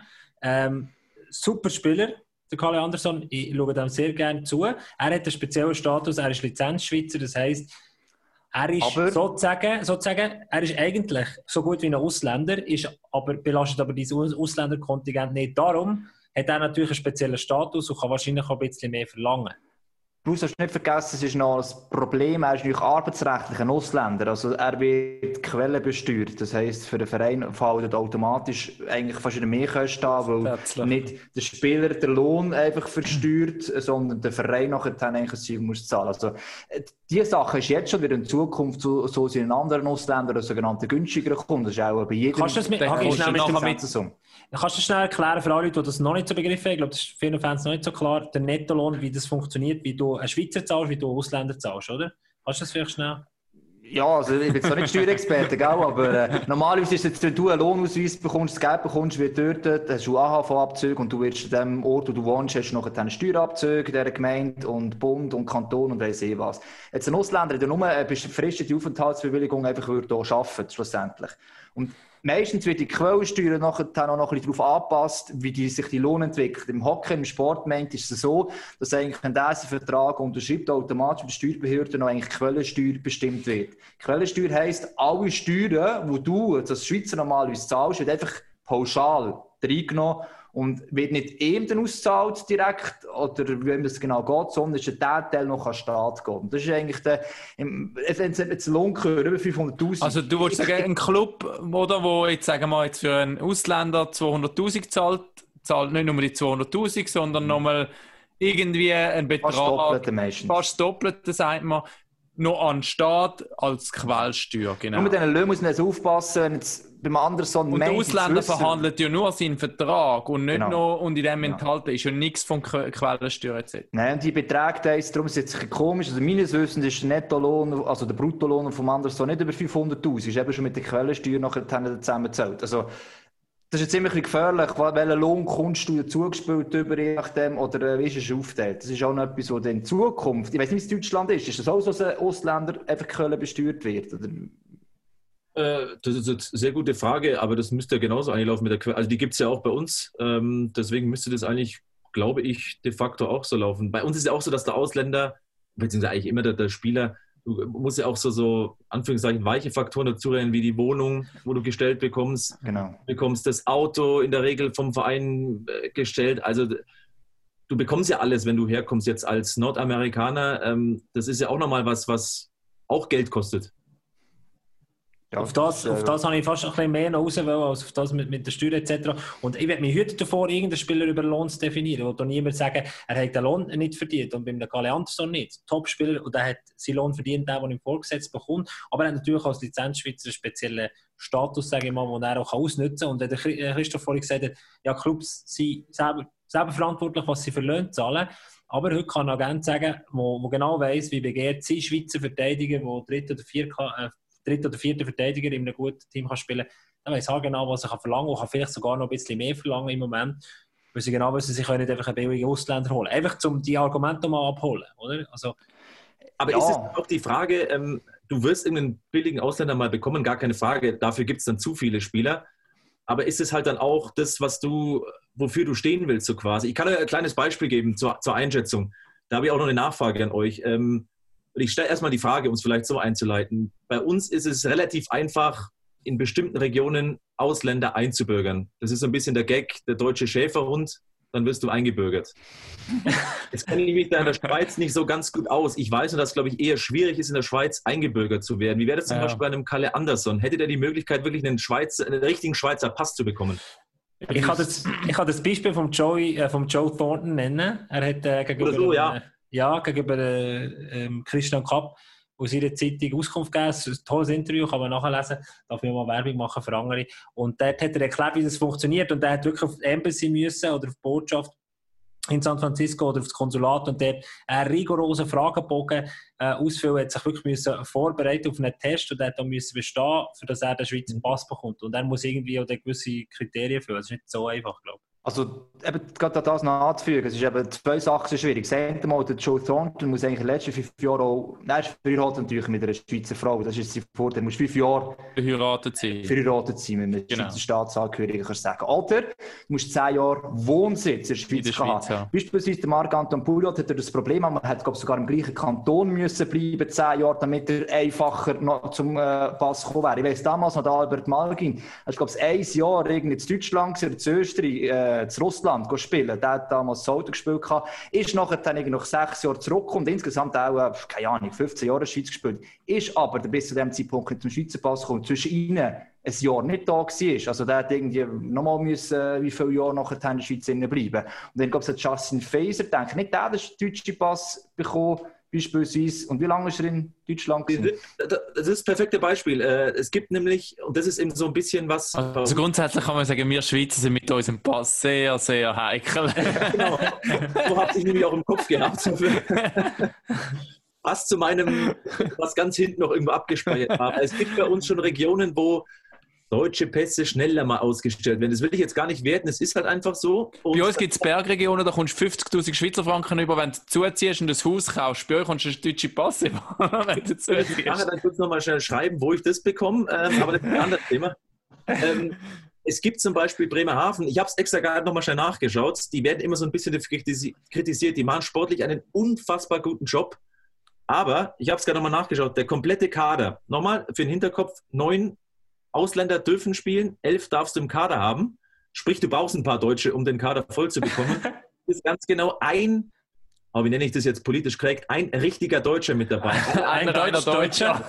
Super Spieler, der Kalle Andersson. Ich schaue dem sehr gerne zu. Er hat einen speziellen Status, er ist Lizenzschweizer, das heisst, er ist sozusagen, er ist eigentlich so gut wie ein Ausländer, belastet aber dieses Ausländerkontingent nicht. Darum hat er natürlich einen speziellen Status und kann wahrscheinlich auch ein bisschen mehr verlangen. Du darfst nicht vergessen, es ist noch ein Problem, er ist natürlich arbeitsrechtlich ein Ausländer, also er wird quellenbesteuert, das heisst, für den Verein fällt automatisch eigentlich fast wieder mehr Kosten an, weil nicht der Spieler den Lohn einfach versteuert, sondern der Verein nachher dann eigentlich das Zeug muss zahlen. Also diese Sache ist jetzt schon wieder in Zukunft so in anderen Ausländern oder sogenannten günstigeren Kunden, das ist auch bei jedem... Kannst du schnell erklären für alle Leute, die das noch nicht so begriffen haben? Ich glaube, das ist für viele Fans noch nicht so klar, der Nettolohn, wie das funktioniert, wie du einen Schweizer zahlst, wie du einen Ausländer zahlst, oder? Kannst du das vielleicht schnell? Ja, also ich bin zwar nicht Steuerexperte, gell, aber normalerweise ist es, wenn du einen Lohnausweis bekommst, das Geld bekommst, wird dort, hast du AHV-Abzüge und du wirst an dem Ort, wo du wohnst, hast du noch einen Steuerabzug in dieser Gemeinde und Bund und Kanton und weiss ich was. Jetzt ein Ausländer, der nur eine befristete Aufenthaltsbewilligung einfach hier arbeiten, schlussendlich. Und meistens wird die Quellensteuer nachher auch noch ein bisschen darauf angepasst, wie sich die Lohn entwickelt. Im Hockey, im Sport meint ist es so, dass eigentlich, wenn dieser Vertrag unterschreibt, automatisch bei der Steuerbehörde noch eigentlich Quellensteuer bestimmt wird. Quellensteuer heisst, alle Steuern, die du als Schweizer normalerweise zahlst, wird einfach pauschal reingenommen und wird nicht ihm dann ausgezahlt direkt oder wie das genau geht, sondern ist der Teil noch an den Staat geht. Und das ist eigentlich wenn es jetzt Lohnkür über 500'000... Also du würdest sagen, ein Club, oder, wo jetzt, sagen wir jetzt für einen Ausländer 200'000 zahlt nicht nur die 200'000, sondern nochmal irgendwie einen Betrag... Fast Doppelte meistens. Fast Doppelte, sagt man, noch an den Staat als Quellsteuer. Genau. Nur mit diesen Löhnen muss man jetzt aufpassen, wenn jetzt beim Andersson und der Ausländer verhandelt ja nur seinen Vertrag und nicht noch, und in dem enthalten ist ja nichts von Quellensteuer etc. Nein, und die Beträge, darum ist es jetzt komisch, also meines Wissens ist der Nettolohn, also der Bruttolohn vom Andersson nicht über 500'000, ist eben schon mit der Quellensteuer nachher zusammengezählt. Also das ist jetzt ziemlich gefährlich, welchen Lohn kommst du zugespielt über, je nachdem, oder wie ist es aufgeteilt? Das ist auch noch etwas, was in Zukunft, ich weiß nicht, wie es in Deutschland ist das auch so, dass ein Ausländer einfach Köln besteuert wird? Oder? Das ist eine sehr gute Frage, aber das müsste ja genauso einlaufen mit der Quelle. Also die gibt es ja auch bei uns, deswegen müsste das eigentlich, glaube ich, de facto auch so laufen. Bei uns ist ja auch so, dass der Ausländer, beziehungsweise eigentlich immer der Spieler, du musst ja auch so Anführungszeichen weiche Faktoren dazu rechnen, wie die Wohnung, wo du gestellt bekommst. Genau. Du bekommst das Auto in der Regel vom Verein gestellt. Also du bekommst ja alles, wenn du herkommst jetzt als Nordamerikaner. Das ist ja auch nochmal was auch Geld kostet. Ja, auf das habe ich fast ein bisschen mehr noch raus wollen, als auf das mit der Steuer etc. Und ich werde mich heute davor, irgendeinen Spieler über Lohn zu definieren. Und niemand sagen, er hat den Lohn nicht verdient. Und beim Galle Anderson nicht. Topspieler, und er hat seinen Lohn verdient, den er ihm vorgesetzt bekommt. Aber er hat natürlich als Lizenzschweizer einen speziellen Status, sage ich mal, den er auch ausnutzen kann. Und wenn der Christoph vorhin gesagt hat, ja, Clubs sind selber verantwortlich, was sie für Löhne zahlen. Aber heute kann ein Agent sagen, wo genau weiss, wie begehrt sie Schweizer Verteidiger, die dritte oder vierte Verteidiger in einem guten Team kann spielen kann, dann weiss er genau, was er verlangen kann. Und kann vielleicht sogar noch ein bisschen mehr verlangen im Moment, weil sie genau wissen, sie können nicht einfach einen billigen Ausländer holen. Einfach, um die Argumente mal abholen, oder? Also, aber ist es auch die Frage, du wirst irgendeinen billigen Ausländer mal bekommen, gar keine Frage, dafür gibt es dann zu viele Spieler. Aber ist es halt dann auch das, wofür du stehen willst, so quasi? Ich kann euch ein kleines Beispiel geben zur Einschätzung. Da habe ich auch noch eine Nachfrage an euch. Ich stelle erstmal die Frage, um es vielleicht so einzuleiten. Bei uns ist es relativ einfach, in bestimmten Regionen Ausländer einzubürgern. Das ist so ein bisschen der Gag, der deutsche Schäferhund, dann wirst du eingebürgert. Jetzt kenne ich mich da in der Schweiz nicht so ganz gut aus. Ich weiß nur, dass es, glaube ich, eher schwierig ist, in der Schweiz eingebürgert zu werden. Wie wäre das zum Beispiel bei einem Kalle Anderson? Hätte der die Möglichkeit, wirklich einen richtigen Schweizer Pass zu bekommen? Ich kann das Beispiel vom Joe Thornton nennen. Er hat gegenüber Christian Kapp aus ihrer Zeitung Auskunft gegeben. Das ist ein tolles Interview, kann man nachlesen. Darf ich mal Werbung machen für andere. Und dort hat er erklärt, wie das funktioniert. Und er hat wirklich auf die Embassy müssen oder auf die Botschaft in San Francisco oder auf das Konsulat und dort einen rigorosen Fragebogen ausfüllen, hat sich wirklich müssen vorbereiten auf einen Test und er hat dann müssen bestehen, für dass er den Schweizer Pass bekommt. Und er muss irgendwie auch gewisse Kriterien erfüllen. Das ist nicht so einfach, glaube ich. Also, eben, gerade das noch anzufügen, es ist eben zwei Sachen schwierig. Das eine Mal, der Joe Thornton muss eigentlich in den letzten 5 Jahren auch, er ist verheiratet natürlich mit einer Schweizer Frau, das ist sein Vorteil, er muss 5 Jahre verheiratet sein mit einer Schweizer Staatsangehörigen, kannst du sagen. Oder du musst 10 Jahre Wohnsitz in der Schweiz haben. Ja. Beispielsweise der Marc-Anton Pouliot hat das Problem, man hat sogar im gleichen Kanton müssen bleiben, 10 Jahre, damit er einfacher noch zum Pass gekommen wäre. Ich weiss damals noch, der Albert Malgin, er war, 1 Jahr irgendwie in Deutschland oder in Österreich, zu Russland spielen. Der hat damals das Auto gespielt, ist nachher dann nach 6 Jahren zurückgekommen und insgesamt auch, keine Ahnung, 15 Jahre in der Schweiz gespielt. Ist aber bis zu dem Zeitpunkt nicht zum Schweizer Pass gekommen, zwischen ihnen ein Jahr nicht da war. Also der hat irgendwie nochmal müssen, wie viele Jahre nachher in der Schweiz bleiben. Und dann gab es Justin Faeser, denke nicht, der hat den deutschen Pass bekommen, beispielsweise. Und wie lange ist er in Deutschland gewesen? Das ist das perfekte Beispiel. Es gibt nämlich, und das ist eben so ein bisschen was... Also grundsätzlich kann man sagen, wir Schweizer sind mit unserem Pass sehr, sehr heikel. Genau. So habe ich nämlich auch im Kopf gehabt. Was zu meinem, was ganz hinten noch irgendwo abgespeichert war. Es gibt bei uns schon Regionen, wo deutsche Pässe schneller mal ausgestellt werden. Das will ich jetzt gar nicht werten, es ist halt einfach so. Und bei uns gibt es Bergregionen, da kommst du 50'000 Schweizer Franken über, wenn du zuziehst und ein Haus kaufst. Bei euch kommst du einen deutschen Pass über, wenn du zuziehst. Ich kann dann kurz nochmal schnell schreiben, wo ich das bekomme, aber das ist ein anderes Thema. Es gibt zum Beispiel Bremerhaven, ich habe es extra gerade nochmal schnell nachgeschaut, die werden immer so ein bisschen kritisiert, die machen sportlich einen unfassbar guten Job, aber ich habe es gerade nochmal nachgeschaut, der komplette Kader, nochmal für den Hinterkopf, 9 Ausländer dürfen spielen, 11 darfst du im Kader haben. Sprich, du brauchst ein paar Deutsche, um den Kader voll zu bekommen. Das ist ganz genau wie nenne ich das jetzt politisch korrekt, ein richtiger Deutscher mit dabei. Ein Deutscher.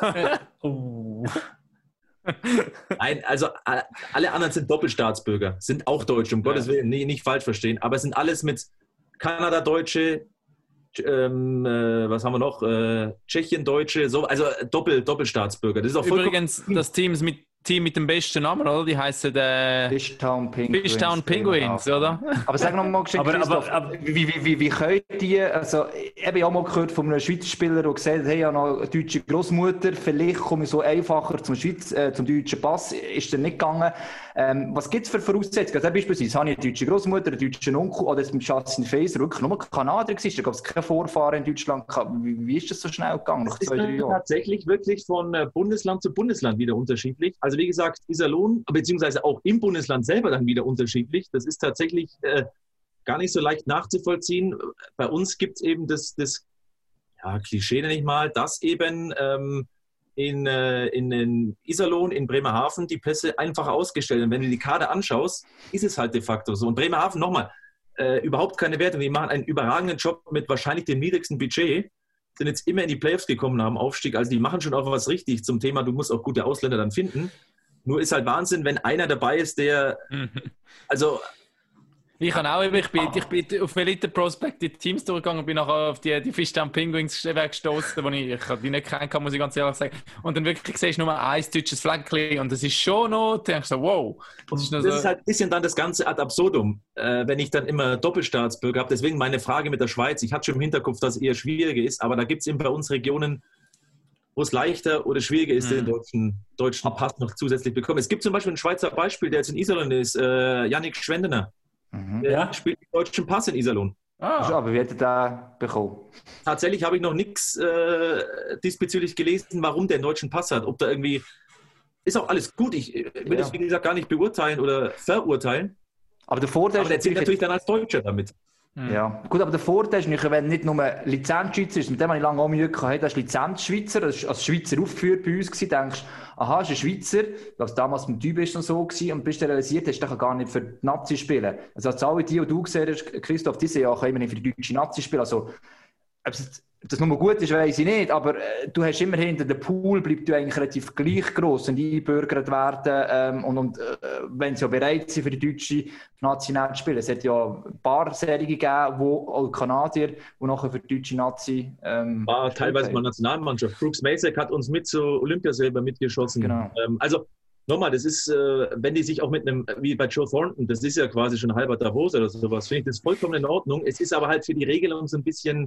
Also alle anderen sind Doppelstaatsbürger, sind auch Deutsche, um Gottes Willen, nicht falsch verstehen. Aber es sind alles mit Kanada-Deutsche, was haben wir noch? Tschechien-Deutsche, so, also Doppelstaatsbürger. Das ist auch übrigens das Team mit dem besten Namen, oder? Die heißen Fishtown Penguins. Fishtown Penguins, oder? Aber sag noch mal, aber wie können die, also ich habe auch mal gehört von einem Schweizer Spieler, der gesagt hat, hey, ich habe noch eine deutsche Großmutter, vielleicht komme ich so einfacher zum deutschen Pass, ist dann nicht gegangen. Was gibt es für Voraussetzungen? Also beispielsweise habe ich eine deutsche Großmutter, einen deutschen Onkel, oder jetzt mit Justin Faeser wirklich nur Kanadier gewesen, da gab es keine Vorfahren in Deutschland. Wie ist das so schnell gegangen? Das ist tatsächlich wirklich von Bundesland zu Bundesland wieder unterschiedlich. Also wie gesagt, Iserlohn, beziehungsweise auch im Bundesland selber dann wieder unterschiedlich. Das ist tatsächlich gar nicht so leicht nachzuvollziehen. Bei uns gibt es eben das Klischee, nenne ich mal, dass eben in Iserlohn, in Bremerhaven die Pässe einfach ausgestellt werden. Wenn du die Kader anschaust, ist es halt de facto so. Und Bremerhaven, nochmal, überhaupt keine Wertung. Die machen einen überragenden Job mit wahrscheinlich dem niedrigsten Budget. sind jetzt immer in die Playoffs gekommen nach dem Aufstieg. Also die machen schon auch was richtig zum Thema, du musst auch gute Ausländer dann finden. Nur ist halt Wahnsinn, wenn einer dabei ist, der... Also... Ich bin auf Elite Prospect die Teams durchgegangen und bin nachher auf die Fischtown Penguins gestoßen, die ich nicht kennen, muss ich ganz ehrlich sagen. Und dann wirklich siehst du nur ein deutsches Fleckchen und das ist schon noch, da denkst du so, wow. Das ist halt ein bisschen dann das Ganze ad absurdum, wenn ich dann immer Doppelstaatsbürger habe. Deswegen meine Frage mit der Schweiz. Ich hatte schon im Hinterkopf, dass es eher schwieriger ist, aber da gibt es eben bei uns Regionen, wo es leichter oder schwieriger ist, den deutschen Pass noch zusätzlich bekommen. Es gibt zum Beispiel ein Schweizer Beispiel, der jetzt in Iserlohn ist, Yannick Schwendener. Der spielt den deutschen Pass in Iserlohn. Aber wie hat er da bekommen? Tatsächlich habe ich noch nichts diesbezüglich gelesen, warum der einen deutschen Pass hat. Ob da irgendwie... Ist auch alles gut. Ich will das, wie gesagt, gar nicht beurteilen oder verurteilen. Aber der Vorteil aber der zählt natürlich dann als Deutscher damit. Ja, gut, aber der Vorteil ist nicht, wenn nicht nur Lizenzschweizer ist, mit dem habe ich lange auch Mühe gehabt, hey, das ist Lizenzschweizer, das ist als Schweizer aufgeführt bei uns gewesen, denkst, aha, ist ein Schweizer, was damals mit Typ ist noch so gewesen, und bist du realisiert, hast du gar nicht für die Nazi spielen. Also als alle die du gesehen hast, Christoph, diese Jahr können immerhin für die deutsche Nazi spielen, also ob das nur gut ist, weiss ich nicht, aber du hast immerhin, der Pool bleibt ja eigentlich relativ gleich gross und eingebürgert werden und wenn sie ja bereit sind für die deutsche Nazi zu spielen. Es hat ja ein paar Serien gegeben, auch Kanadier, die nachher für die deutsche Nazi war teilweise mal Nationalmannschaft. Brooks Masek hat uns mit zur Olympia selber mitgeschossen. Genau. Also nochmal, das ist, wenn die sich auch mit einem, wie bei Joe Thornton, das ist ja quasi schon halber Davos oder sowas, finde ich das vollkommen in Ordnung. Es ist aber halt für die Regelung so ein bisschen...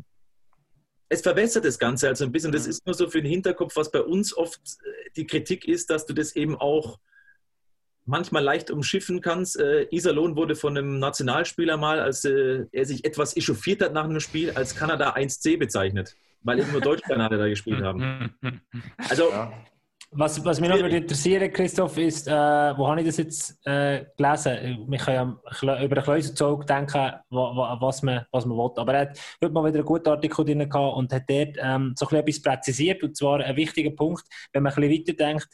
Es verwässert das Ganze also ein bisschen. Das ist nur so für den Hinterkopf, was bei uns oft die Kritik ist, dass du das eben auch manchmal leicht umschiffen kannst. Iserlohn wurde von einem Nationalspieler mal, als er sich etwas echauffiert hat nach einem Spiel, als Kanada 1C bezeichnet, weil eben nur Deutsch-Kanadier da gespielt haben. Also... Ja. Was mich noch interessiert, Christoph, ist, wo habe ich das jetzt gelesen? Wir können ja über den Kleuserzug denken, was man will. Aber er hat heute mal wieder einen guten Artikel drin gehabt und hat dort so etwas präzisiert. Und zwar ein wichtiger Punkt, wenn man ein bisschen weiterdenkt.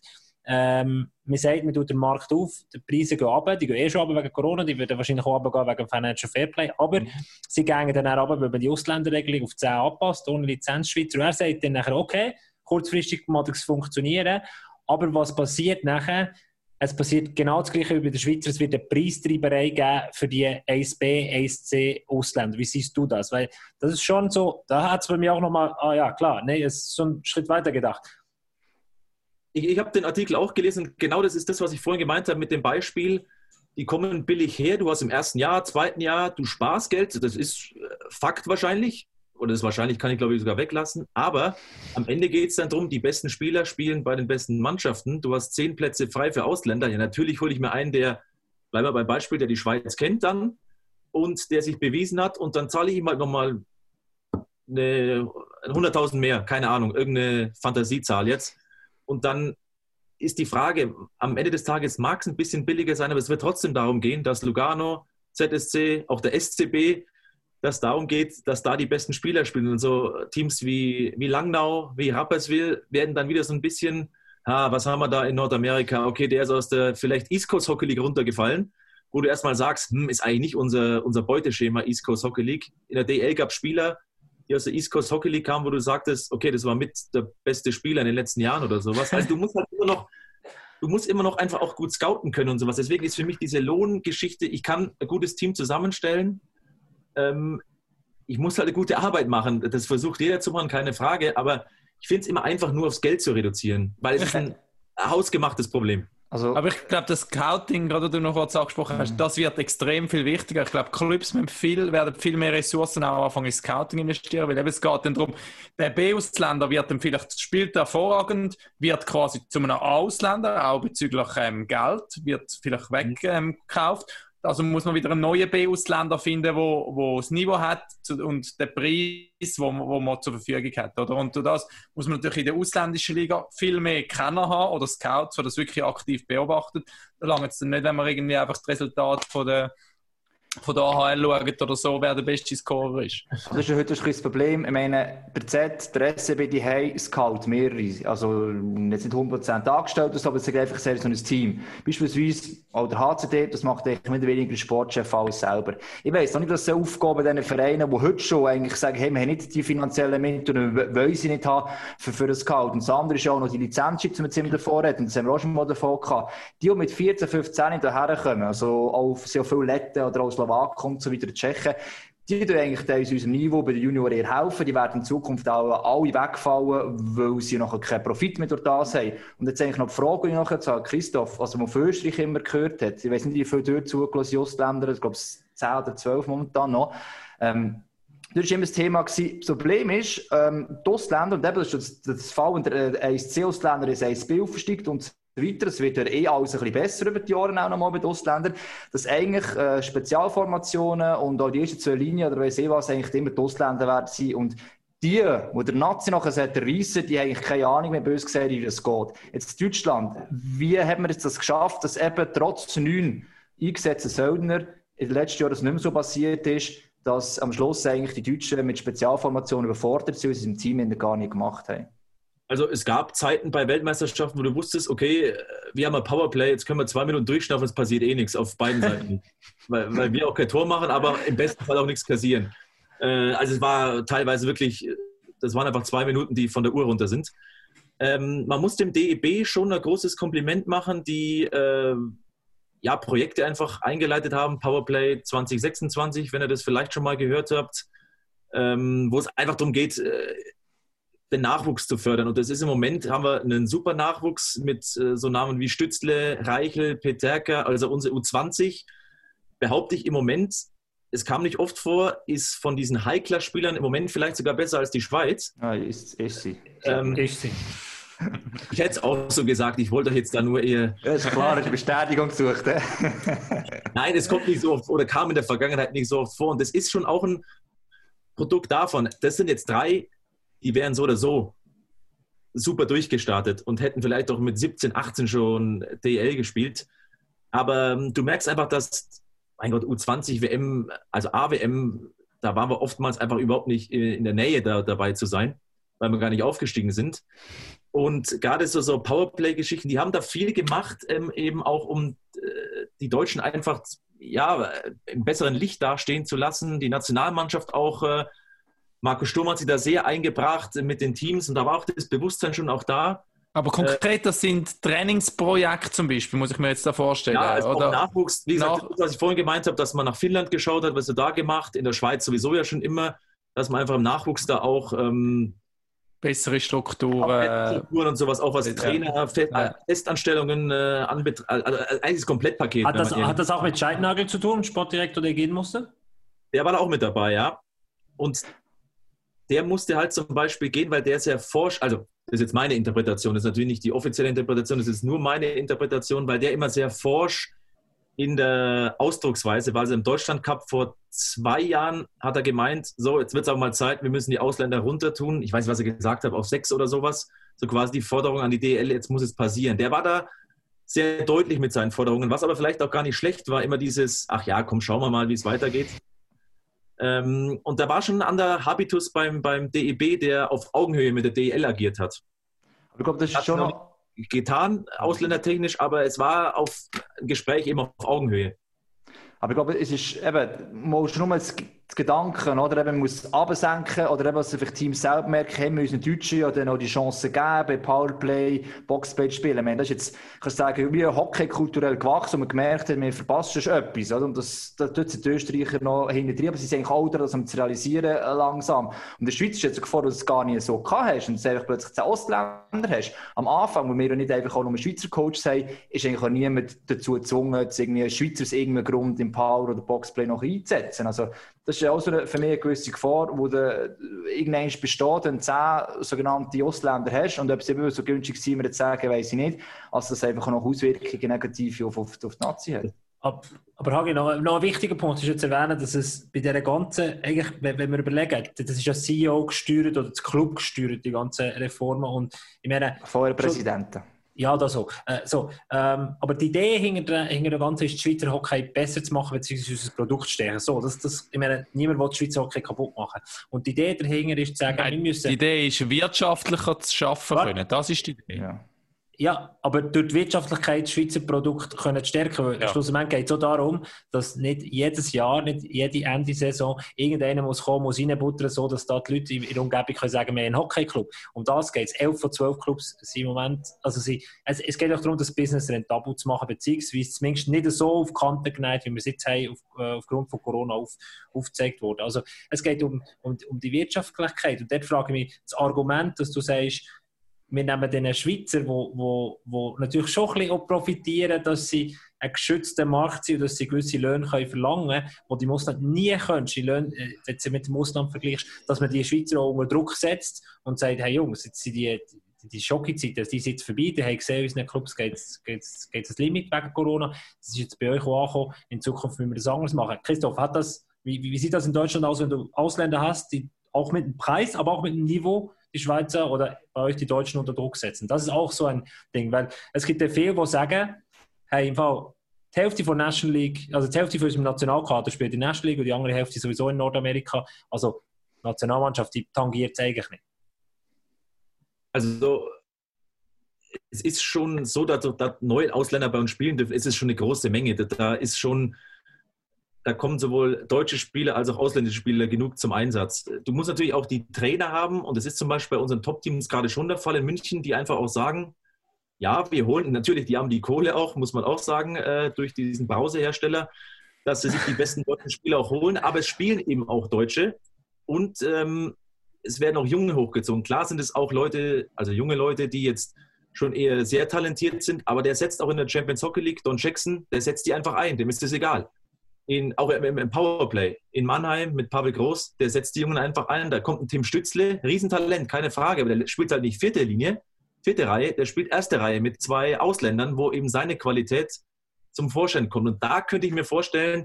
Man sagt, man tut den Markt auf, die Preise gehen runter, die gehen schon runter wegen Corona, die würden wahrscheinlich auch runtergehen wegen Financial Fairplay, aber sie gehen dann auch runter, wenn man die Ausländerregelung auf 10 anpasst, ohne Lizenzschweizer. Und er sagt dann nachher, okay, kurzfristig mag das funktionieren, aber was passiert nachher? Es passiert genau das Gleiche wie bei den Schweizer. Es wird eine Preistreiberei geben für die 1B, 1C Ausländer. Wie siehst du das? Weil das ist schon so, da hat es bei mir auch nochmal, ja klar, es ist so ein Schritt weiter gedacht. Ich habe den Artikel auch gelesen, genau das ist das, was ich vorhin gemeint habe mit dem Beispiel, die kommen billig her, du hast im ersten Jahr, zweiten Jahr, du sparst Geld, das ist Fakt wahrscheinlich. Oder das wahrscheinlich kann ich, glaube ich, sogar weglassen. Aber am Ende geht es dann darum, die besten Spieler spielen bei den besten Mannschaften. Du hast 10 Plätze frei für Ausländer. Ja, natürlich hole ich mir einen, der, bleiben wir beim Beispiel, der die Schweiz kennt dann und der sich bewiesen hat. Und dann zahle ich ihm halt nochmal 100.000 mehr, keine Ahnung, irgendeine Fantasiezahl jetzt. Und dann ist die Frage, am Ende des Tages mag es ein bisschen billiger sein, aber es wird trotzdem darum gehen, dass Lugano, ZSC, auch der SCB, dass darum geht, dass da die besten Spieler spielen. Und so Teams wie Langnau, wie Rapperswil werden dann wieder so ein bisschen, was haben wir da in Nordamerika? Okay, der ist aus der vielleicht East Coast Hockey League runtergefallen, wo du erstmal sagst, ist eigentlich nicht unser Beuteschema East Coast Hockey League. In der DL gab es Spieler, die aus der East Coast Hockey League kamen, wo du sagtest, okay, das war mit der beste Spieler in den letzten Jahren oder sowas. Also du musst halt immer noch einfach auch gut scouten können und sowas. Deswegen ist für mich diese Lohngeschichte, ich kann ein gutes Team zusammenstellen, ich muss halt eine gute Arbeit machen. Das versucht jeder zu machen, keine Frage. Aber ich finde es immer einfach, nur aufs Geld zu reduzieren. Weil es ist ein hausgemachtes Problem. Aber ich glaube, das Scouting, gerade du noch kurz angesprochen hast, das wird extrem viel wichtiger. Ich glaube, Clubs werden viel mehr Ressourcen auch anfangen in Scouting investieren, weil eben es geht dann darum, der B-Ausländer wird dann vielleicht, spielt hervorragend, wird quasi zu einem Ausländer, auch bezüglich Geld, wird vielleicht weggekauft. Also muss man wieder einen neuen B-Ausländer finden, wo das Niveau hat und den Preis, wo man zur Verfügung hat. Oder? Und das muss man natürlich in der ausländischen Liga viel mehr Kenner haben oder Scouts, die das wirklich aktiv beobachtet. Da langt es dann nicht, wenn man irgendwie einfach das Resultat von der von der AHL schaut oder so, wer der beste Scorer ist. Das ist ja heute ein das Problem. Ich meine, der Z, der SCB, die haben Scout, mehrere. Also jetzt nicht 100% angestellt, aber es ist einfach sehr so ein Team. Beispielsweise auch der HCD, das macht eigentlich mit weniger der Sportchef alles selber. Ich weiss noch nicht, dass es Aufgaben diesen Vereinen, die heute schon eigentlich sagen, hey, wir haben nicht die finanziellen Mittel und wollen sie nicht haben für einen Scout. Und das andere ist ja auch noch die Lizenzschip, die wir ziemlich davor reden. Das haben wir auch schon mal davon gehabt. Die mit 14, 15 daher kommen, also auch sehr viele Letten oder auch Slowaken und so weiter, Tschechen, die tun eigentlich in unserem Niveau bei den Junioren eher helfen. Die werden in Zukunft auch alle wegfallen, weil sie nachher keinen Profit mehr durch das haben. Und jetzt eigentlich noch die Frage, die ich nachher zu Christoph, was man von Österreich immer gehört hat. Ich weiss nicht, wie viele dort zugelassen Ostländer, ich glaube, es 10 oder 12 momentan noch. Das war immer das Thema. Das Problem ist, die Ostländer, und eben das ist das Fall, wenn der 1C-Ostländer ins 1B aufsteigt und weiter. Es wird ja alles ein bisschen besser über die Jahre auch nochmal bei den Ausländern, dass eigentlich Spezialformationen und auch die ersten 2 Linien oder weiss ich was, eigentlich immer die Ausländer werden sein. Und die der Nazi nachher reissen, die haben eigentlich keine Ahnung mehr, böse gesagt, wie das geht. Jetzt Deutschland, wie haben wir jetzt das geschafft, dass eben trotz 9 eingesetzten Söldner in den letzten Jahren das nicht mehr so passiert ist, dass am Schluss eigentlich die Deutschen mit Spezialformationen überfordert sind, weil sie es im Team gar nicht gemacht haben? Also es gab Zeiten bei Weltmeisterschaften, wo du wusstest, okay, wir haben ein Powerplay, jetzt können wir 2 Minuten durchschnaufen, es passiert eh nichts auf beiden Seiten. weil wir auch kein Tor machen, aber im besten Fall auch nichts kassieren. Also es war teilweise wirklich, das waren einfach 2 Minuten, die von der Uhr runter sind. Man muss dem DEB schon ein großes Kompliment machen, die Projekte einfach eingeleitet haben, Powerplay 2026, wenn ihr das vielleicht schon mal gehört habt, wo es einfach darum geht, den Nachwuchs zu fördern. Und das ist im Moment, haben wir einen super Nachwuchs mit so Namen wie Stützle, Reichel, Peterka, also unsere U20. Behaupte ich im Moment, es kam nicht oft vor, ist von diesen High-Class-Spielern im Moment vielleicht sogar besser als die Schweiz. Ja, ist sie. Ist sie. Ich hätte es auch so gesagt, ich wollte euch jetzt da nur eher... Ja, ist klar, eine Bestätigung gesucht. Nein, es kommt nicht so oft oder kam in der Vergangenheit nicht so oft vor. Und das ist schon auch ein Produkt davon. Das sind jetzt 3, die wären so oder so super durchgestartet und hätten vielleicht auch mit 17, 18 schon DEL gespielt. Aber du merkst einfach, dass, mein Gott, U20-WM, also AWM, da waren wir oftmals einfach überhaupt nicht in der Nähe dabei zu sein, weil wir gar nicht aufgestiegen sind. Und gerade so Powerplay-Geschichten, die haben da viel gemacht, eben auch um die Deutschen einfach im besseren Licht dastehen zu lassen. Die Nationalmannschaft auch, Marco Sturm hat sich da sehr eingebracht mit den Teams und da war auch das Bewusstsein schon auch da. Aber konkret, das sind Trainingsprojekte zum Beispiel, muss ich mir jetzt da vorstellen. Ja, also oder auch Nachwuchs, wie gesagt, was ich vorhin gemeint habe, dass man nach Finnland geschaut hat, was er da gemacht, in der Schweiz sowieso ja schon immer, dass man einfach im Nachwuchs da auch bessere Strukturen und sowas, auch was Trainer, Festanstellungen anbetrifft, also eigentlich das Komplettpaket. Hat das auch mit Scheidnagel zu tun, Sportdirektor, der gehen musste? Der war da auch mit dabei, ja. Und der musste halt zum Beispiel gehen, weil der sehr forsch, also das ist jetzt meine Interpretation, das ist natürlich nicht die offizielle Interpretation, das ist nur meine Interpretation, weil der immer sehr forsch in der Ausdrucksweise war. Also im Deutschland-Cup vor 2 Jahren hat er gemeint, so, jetzt wird es auch mal Zeit, wir müssen die Ausländer runter tun. Ich weiß nicht, was er gesagt hat, auf 6 oder sowas. So quasi die Forderung an die DEL, jetzt muss es passieren. Der war da sehr deutlich mit seinen Forderungen, was aber vielleicht auch gar nicht schlecht war, immer dieses, ach ja, komm, schauen wir mal, wie es weitergeht. Und da war schon ein anderer Habitus beim DEB, der auf Augenhöhe mit der DEL agiert hat. Ich glaube, das ist schon noch getan, ausländertechnisch, aber es war auf ein Gespräch eben auf Augenhöhe. Aber ich glaube, es ist eben, man muss nur das Gedanken, oder eben, man muss es absenken, oder eben, dass vielleicht Teams selber merken, haben wir unseren Deutschen ja dann auch die Chance geben, bei Powerplay, Boxplay zu spielen. Ich meine, das ist jetzt, ich kann sagen, wie Hockey kulturell gewachsen und man gemerkt hat, wir verpassen schon etwas, oder? Und das tut sich die Österreicher noch hinten drin, aber sie sind eigentlich auch das zu realisieren langsam. Und in der Schweiz ist jetzt gefordert, dass du es gar nicht so gehabt hast und dass du einfach plötzlich 10 Ausländer hast. Am Anfang, wo wir ja nicht einfach auch nur Schweizer Coach haben, ist eigentlich auch niemand dazu gezwungen, irgendwie Schweizer aus irgendeinem Grund im Power oder Boxplay noch einzusetzen. Also, das ist ja auch so für mich eine gewisse Gefahr, wo du irgendwann besteht, wenn du 10 sogenannte Ausländer hast und ob es eben so günstig ist, mir zu sagen, weiss ich nicht, als das einfach noch Auswirkungen negativ auf die Nazi hat. Aber Hagi, noch ein wichtiger Punkt ist jetzt erwähnen, dass es bei dieser ganzen, eigentlich, wenn wir überlegen, das ist ja CEO gesteuert oder das Club gesteuert, die ganzen Reformen und ich meine... Vorher Präsidenten. Ja, das so. Aber die Idee hinter der Ganzen ist, die Schweizer Hockey besser zu machen, beziehungsweise unser Produkt zu stärken. So, ich meine, niemand will die Schweizer Hockey kaputt machen. Und die Idee dahinter ist zu sagen, wir müssen... Die Idee ist, wirtschaftlicher zu arbeiten können. Das ist die Idee. Ja, aber durch die Wirtschaftlichkeit das Schweizer Produkt können stärken. Weil schlussendlich geht es auch darum, dass nicht jedes Jahr, nicht jede Ende-Saison irgendeiner muss kommen, muss reinbuttern, so dass da die Leute in der Umgebung können sagen, wir haben einen Hockey-Club. Um das geht es. 11 von 12 Clubs sind im Moment, es geht auch darum, das Business rentabel zu machen, beziehungsweise zumindest nicht so auf Kante geneigt, wie wir es jetzt haben, aufgrund von Corona aufgezeigt wurde. Also es geht um die Wirtschaftlichkeit. Und dort frage ich mich, das Argument, dass du sagst, wir nehmen den Schweizer, die natürlich schon ein bisschen profitieren, dass sie ein geschützter Markt sind und dass sie gewisse Löhne verlangen können, die die Ausländer nie können. Die Löhne, wenn du mit dem Ausland vergleichst, dass man die Schweizer auch unter Druck setzt und sagt, hey Jungs, jetzt sind die Schockzeit, die sind jetzt vorbei, die haben gesehen, in unseren Clubs geht das Limit wegen Corona. Das ist jetzt bei euch auch angekommen. In Zukunft müssen wir das anders machen. Christoph, wie sieht das in Deutschland aus, wenn du Ausländer hast, die auch mit dem Preis, aber auch mit dem Niveau die Schweizer oder bei euch die Deutschen unter Druck setzen? Das ist auch so ein Ding, weil es gibt ja viele, die sagen, hey, im Fall, die Hälfte von National League, also die Hälfte von unserem Nationalkader spielt in der National League und die andere Hälfte sowieso in Nordamerika. Also die Nationalmannschaft, die tangiert es eigentlich nicht. Also es ist schon so, dass neue Ausländer bei uns spielen dürfen, es ist schon eine große Menge. Da kommen sowohl deutsche Spieler als auch ausländische Spieler genug zum Einsatz. Du musst natürlich auch die Trainer haben, und das ist zum Beispiel bei unseren Top-Teams gerade schon der Fall in München, die einfach auch sagen, ja, wir holen, natürlich, die haben die Kohle auch, muss man auch sagen, durch diesen Brausehersteller, dass sie sich die besten deutschen Spieler auch holen, aber es spielen eben auch Deutsche und es werden auch Junge hochgezogen. Klar sind es auch Leute, also junge Leute, die jetzt schon eher sehr talentiert sind, aber der setzt auch in der Champions Hockey League, Don Jackson, der setzt die einfach ein, dem ist das egal. Auch im Powerplay in Mannheim mit Pavel Groß, der setzt die Jungen einfach ein. Da kommt ein Tim Stützle, Riesentalent, keine Frage, aber der spielt halt nicht vierte Reihe, der spielt erste Reihe mit 2 Ausländern, wo eben seine Qualität zum Vorschein kommt. Und da könnte ich mir vorstellen,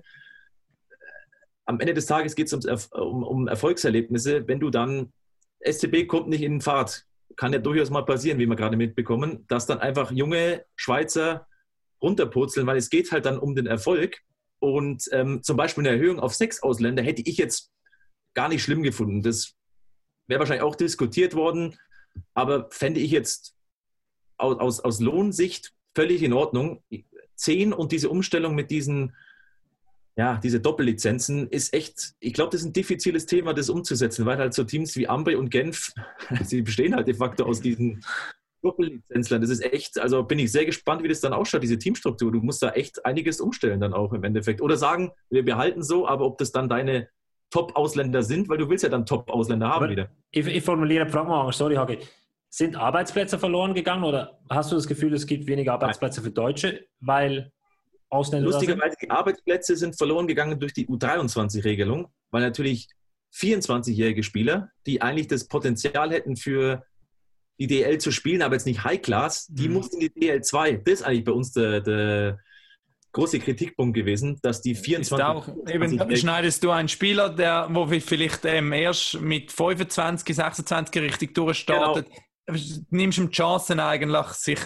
am Ende des Tages geht es um Erfolgserlebnisse. Wenn du dann, SCB kommt nicht in Fahrt, kann ja durchaus mal passieren, wie wir gerade mitbekommen, dass dann einfach junge Schweizer runterpurzeln, weil es geht halt dann um den Erfolg. Und zum Beispiel eine Erhöhung auf 6 Ausländer hätte ich jetzt gar nicht schlimm gefunden. Das wäre wahrscheinlich auch diskutiert worden, aber fände ich jetzt aus Lohnsicht völlig in Ordnung. 10 und diese Umstellung mit diese Doppellizenzen ist echt, ich glaube, das ist ein diffiziles Thema, das umzusetzen, weil halt so Teams wie Ambre und Genf, sie bestehen halt de facto aus diesen Doppellizenzler. Das ist echt, also bin ich sehr gespannt, wie das dann ausschaut, diese Teamstruktur. Du musst da echt einiges umstellen dann auch im Endeffekt. Oder sagen, wir behalten so, aber ob das dann deine Top-Ausländer sind, weil du willst ja dann Top-Ausländer haben wieder. Ich formuliere eine Frage mal anders, sorry Hagi. Sind Arbeitsplätze verloren gegangen oder hast du das Gefühl, es gibt weniger Arbeitsplätze für Deutsche, weil Ausländer lustigerweise, die Arbeitsplätze sind verloren gegangen durch die U23-Regelung, weil natürlich 24-jährige Spieler, die eigentlich das Potenzial hätten für die DL zu spielen, aber jetzt nicht High-Class, die mussten in die DL2. Das ist eigentlich bei uns der große Kritikpunkt gewesen, dass die 24... schneidest du einen Spieler, wo vielleicht erst mit 25, 26 richtig durchstartet, genau. Nimmst ihm die Chancen eigentlich, sich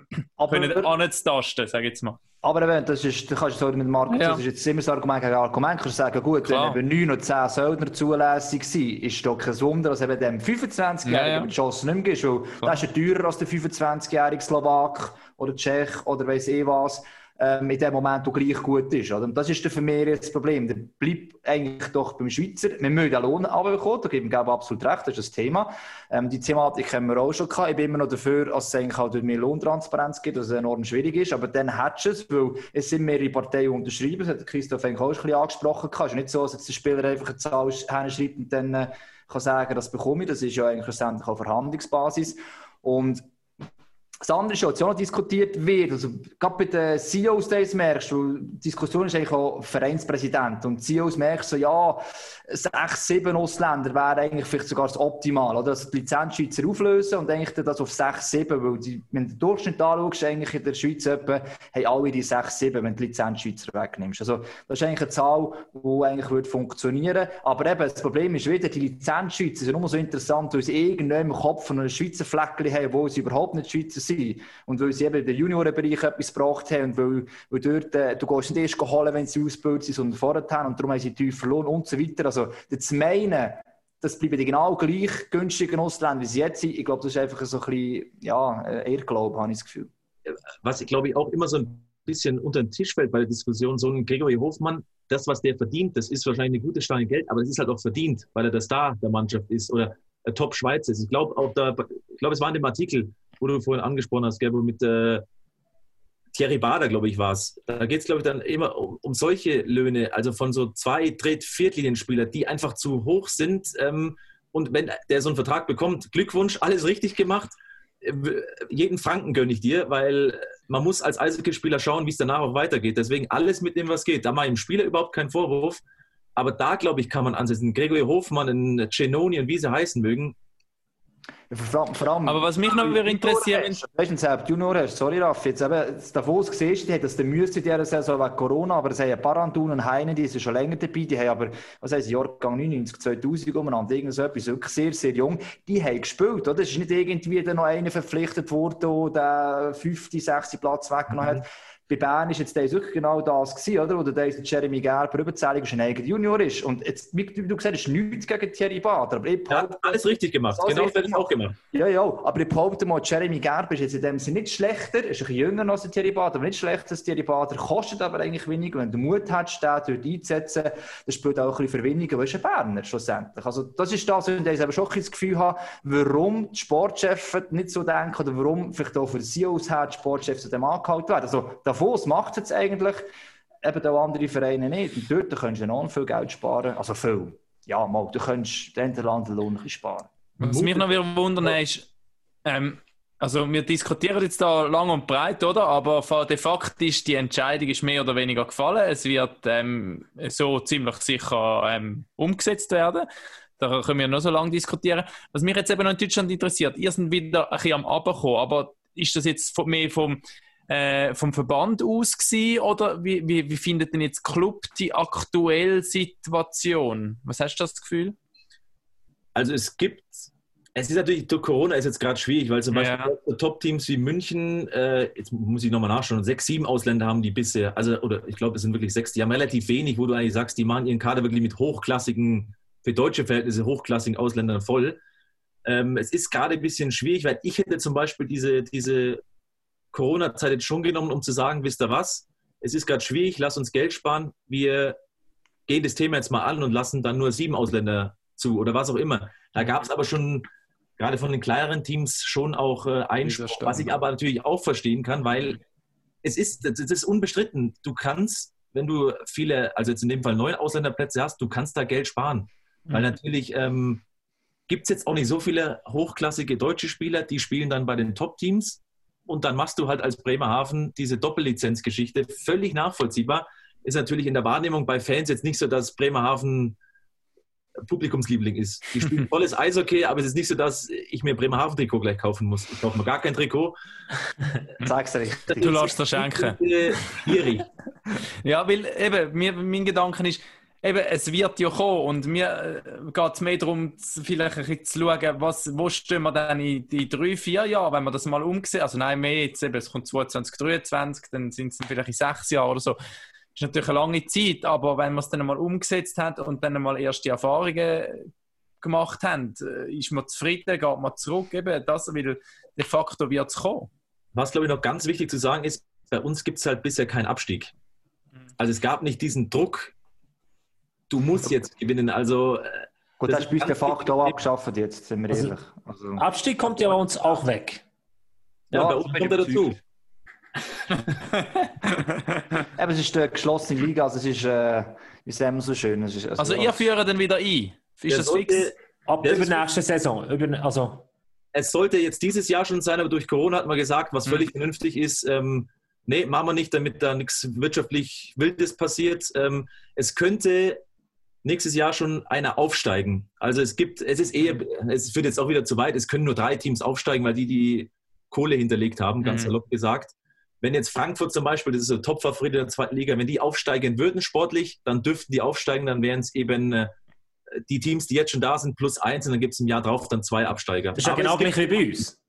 anzutasten, sage ich jetzt mal. Aber eben, du kannst so mit Markus, das ist jetzt immer das Argument gegen Argument, kannst du sagen, gut, klar, wenn eben 9 oder 10 Söldner zulässig sind, ist doch kein Wunder, dass eben dem 25-Jährigen die Chance nicht mehr gibt, weil der ist ja teurer als der 25-jährige Slowak oder Tschech oder weiss ich was, in dem Moment, wo gleich gut ist. Oder? Und das ist für mich jetzt das Problem. Der bleibt eigentlich doch beim Schweizer. Wir müssen den Lohn runterbekommen, da gebe ich absolut recht, das ist das Thema. Die Thematik haben wir auch schon gehabt. Ich bin immer noch dafür, dass es eigentlich auch durch mehr Lohntransparenz gibt, dass es enorm schwierig ist. Aber dann hättest du es, weil es sind mehrere Parteien unterschrieben. Das hat Christoph eigentlich auch ein bisschen angesprochen. Es ist nicht so, dass jetzt der Spieler einfach eine Zahl hinschreibt und dann kann sagen, das bekomme ich. Das ist ja eigentlich schlussendlich auch Verhandlungsbasis. Und das andere ist, was ja noch diskutiert wird, also gerade bei den CEOs merkst du, die Diskussion ist eigentlich auch Vereinspräsident und CEOs merkst du, ja, 6, 7 Ausländer wären eigentlich vielleicht sogar das Optimal, oder? Also die Lizenzschweizer auflösen und eigentlich das auf 6, 7, weil wenn du den Durchschnitt anschaust, eigentlich in der Schweiz etwa, haben alle die 6, 7, wenn du die Lizenzschweizer wegnimmst. Also das ist eigentlich eine Zahl, die eigentlich funktionieren würde. Aber eben, das Problem ist wieder, die Lizenzschweizer sind nur so interessant, weil sie irgendwann im Kopf von einem Schweizer Fleckchen haben, wo sie überhaupt nicht Schweizer sein. Und weil sie eben in den Juniorenbereich etwas gebracht haben und weil dort, du gehst nicht erst holen, wenn sie ausgebildet sind, sondern vorher und darum haben sie tiefer Lohn und so weiter. Also zu meinen, das bleiben die genau gleich günstigen Ausländer, wie sie jetzt sind, ich glaube, das ist einfach so ein bisschen, Irrglaube, habe ich das Gefühl. Was, glaube ich, auch immer so ein bisschen unter den Tisch fällt bei der Diskussion, so ein Gregory Hofmann, das, was der verdient, das ist wahrscheinlich eine gute Stange Geld, aber es ist halt auch verdient, weil er der Star der Mannschaft ist oder der Top-Schweizer ist. Ich glaube, es war in dem Artikel, wo du vorhin angesprochen hast, Gerbo, mit Thierry Bader, glaube ich, war es. Da geht es, glaube ich, dann immer um solche Löhne, also von so 2-, 3-, 4-Linienspieler, die einfach zu hoch sind. Und wenn der so einen Vertrag bekommt, Glückwunsch, alles richtig gemacht. Jeden Franken gönne ich dir, weil man muss als Eishockeyspieler schauen, wie es danach auch weitergeht. Deswegen alles mitnehmen, was geht. Da mache ich dem Spieler überhaupt keinen Vorwurf. Aber da, glaube ich, kann man ansetzen. Gregory Hofmann, ein Genoni und wie sie heißen mögen. Vor allem, aber was mich noch interessiert... Weißt du, Junior hast, sorry Raffi, jetzt eben, Davos siehst du, dass der müsste in dieser Saison wegen Corona, aber es haben ein paar Antun und Heine, die sind schon länger dabei, die haben aber, was heisst, Jahrgang 99, 2000 umeinander, irgend so etwas, wirklich sehr, sehr jung, die haben gespielt, oder? Es ist nicht irgendwie noch einer verpflichtet worden, der 5., 6. Platz weggenommen hat. Bei Bern war jetzt wirklich genau das gewesen, oder? Wo der Jeremy Gerber überzählig ist, ein eigener Junior ist. Und jetzt, wie du gesagt hast, nichts gegen Thierry Bader. Aber ich behaupte, alles richtig gemacht. Genau das hätte ich auch gemacht. Ja, aber ich behaupte mal, Jeremy Gerber ist jetzt in dem Sinne nicht schlechter, ist ein bisschen jünger als Thierry Bader, aber nicht schlechter als Thierry Bader, kostet aber eigentlich weniger. Wenn du Mut hast, den dort einzusetzen, das spielt auch ein bisschen für weniger, weil es ein Berner schlussendlich. Also das ist das, und ich aber schon das Gefühl habe, warum die Sportchefs nicht so denken oder warum vielleicht auch für sie aus her die Sportchefs zu dem angehalten werden. Also Davos macht es jetzt eigentlich, eben auch andere Vereine nicht. Und dort kannst du enorm viel Geld sparen. Also viel. Ja, mal, du kannst den Lohn sparen. Was mich noch wieder wundern ist, also wir diskutieren jetzt da lang und breit, oder? Aber de facto ist die Entscheidung ist mehr oder weniger gefallen. Es wird so ziemlich sicher umgesetzt werden. Da können wir noch so lange diskutieren. Was mich jetzt eben noch in Deutschland interessiert, ihr seid wieder ein bisschen am Runterkommen, aber ist das jetzt mehr vom Verband aus gewesen, oder wie findet denn jetzt Club die aktuelle Situation? Was hast du das Gefühl? Also es ist natürlich, durch Corona ist jetzt gerade schwierig, weil zum Beispiel Top-Teams wie München, jetzt muss ich nochmal nachschauen, 6, 7 Ausländer haben die bisher, oder ich glaube, es sind wirklich 6, die haben relativ wenig, wo du eigentlich sagst, die machen ihren Kader wirklich mit hochklassigen, für deutsche Verhältnisse hochklassigen Ausländern voll. Es ist gerade ein bisschen schwierig, weil ich hätte zum Beispiel diese Corona-Zeit jetzt schon genommen, um zu sagen, wisst ihr was, es ist gerade schwierig, lass uns Geld sparen, wir gehen das Thema jetzt mal an und lassen dann nur 7 Ausländer zu oder was auch immer. Da gab es aber schon, gerade von den kleineren Teams, schon auch Einspruch, was ich aber natürlich auch verstehen kann, weil es ist unbestritten. Du kannst, wenn du viele, also jetzt in dem Fall 9 Ausländerplätze hast, du kannst da Geld sparen. Weil natürlich gibt es jetzt auch nicht so viele hochklassige deutsche Spieler, die spielen dann bei den Top-Teams. Und dann machst du halt als Bremerhaven diese Doppellizenzgeschichte. Völlig nachvollziehbar. Ist natürlich in der Wahrnehmung bei Fans jetzt nicht so, dass Bremerhaven Publikumsliebling ist. Die spielen volles Eishockey, aber es ist nicht so, dass ich mir Bremerhaven-Trikot gleich kaufen muss. Ich kaufe mir gar kein Trikot. Sag's richtig. Du lässt das schenken. Schwierig. Ja, weil eben, mein Gedanke ist, eben, es wird ja kommen und mir geht es mehr darum, vielleicht ein bisschen zu schauen, wo stehen wir dann in die 3-4 Jahren, wenn wir das mal umsehen. Also nein, mehr jetzt eben, es kommt 22, 23, dann sind es vielleicht in 6 Jahren oder so. Das ist natürlich eine lange Zeit, aber wenn man es dann mal umgesetzt hat und dann mal erste Erfahrungen gemacht haben, ist man zufrieden, geht man zurück, eben das, weil de facto wird es kommen. Was, glaube ich, noch ganz wichtig zu sagen ist, bei uns gibt es halt bisher keinen Abstieg. Also es gab nicht diesen Druck, du musst jetzt gewinnen. Also, gut, das ist bei uns de facto auch abgeschafft jetzt, sind wir ehrlich. Also, Abstieg kommt ja bei uns auch weg. Ja, bei uns kommt er dazu. Aber es ist eine geschlossene Liga, also es ist, wie sagen wir so schön. Es ist, also ihr führt dann wieder ein? Ist das fix? Ab über nächste Saison. Es sollte jetzt dieses Jahr schon sein, aber durch Corona hat man gesagt, was völlig vernünftig ist, nee, machen wir nicht, damit da nichts wirtschaftlich Wildes passiert. Es könnte nächstes Jahr schon einer aufsteigen. Also es führt jetzt auch wieder zu weit, es können nur 3 Teams aufsteigen, weil die Kohle hinterlegt haben, ganz salopp gesagt. Wenn jetzt Frankfurt zum Beispiel, das ist so Top-Favorit in der 2. Liga, wenn die aufsteigen würden sportlich, dann dürften die aufsteigen, dann wären es eben die Teams, die jetzt schon da sind, +1 und dann gibt es im Jahr drauf dann 2 Absteiger. Das ist ja genau gleich wie bei uns.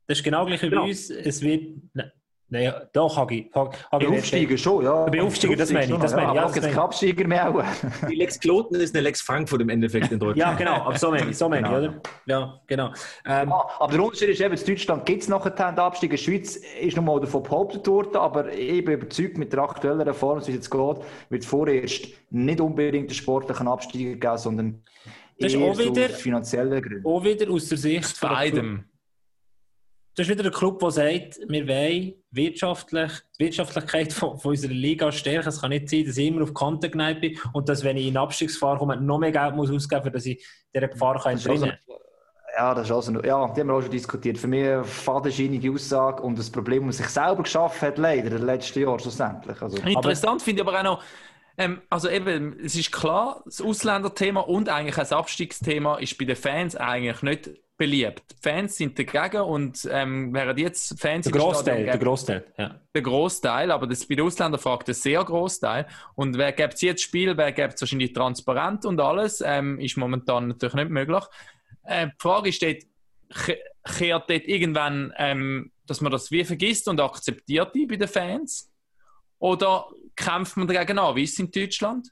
Das ist genau gleich wie bei uns. Es wird... Nein, doch, Hagi. Aufsteiger schon, ja. Bei Aufsteiger, das meine ich. Aber auch jetzt kein Absteiger mehr auch. Die Lex Kloten ist eine Lex Frankfurt im Endeffekt in Deutschland. Ja, genau, aber so meine ich, Genau. oder? Ja, genau. Aber der Unterschied ist eben, in Deutschland gibt es nachher den Abstieg. In der Schweiz ist noch mal davon behauptet worden, aber ich bin überzeugt, mit der aktuellen Reform, wie es jetzt geht, wird vorerst nicht unbedingt den sportlichen Abstieg geben, sondern Das ist eher auch wieder- aus finanziellen Gründen. Auch wieder aus der Sicht von der Club. Beidem. Das ist wieder ein Club, der sagt, wir wollen die Wirtschaftlichkeit von unserer Liga stärken. Es kann nicht sein, dass ich immer auf die Kante geneigt bin und dass, wenn ich in den Abstiegsgefahr komme, noch mehr Geld muss ausgeben muss, dass ich dieser Gefahr entrinnen kann. Ja, das ist also, ja, die haben wir auch schon diskutiert. Für mich eine fadenscheinige Aussage und das Problem, das sich selber geschaffen hat, leider, in den letzten Jahren schlussendlich. Also, Interessant finde ich aber auch noch, also eben, es ist klar, das Ausländerthema und eigentlich das Abstiegsthema ist bei den Fans eigentlich nicht beliebt. Die Fans sind dagegen und während jetzt Fans Der Großteil, ja. der Großteil, aber das bei den Ausländern fragt ein sehr Großteil. Und wer gibt es jetzt Spiel, wer gibt es wahrscheinlich transparent und alles, ist momentan natürlich nicht möglich. Die Frage ist dort, kehrt dort irgendwann, dass man das wie vergisst und akzeptiert die bei den Fans? Oder kämpft man dagegen an, wie ist es in Deutschland?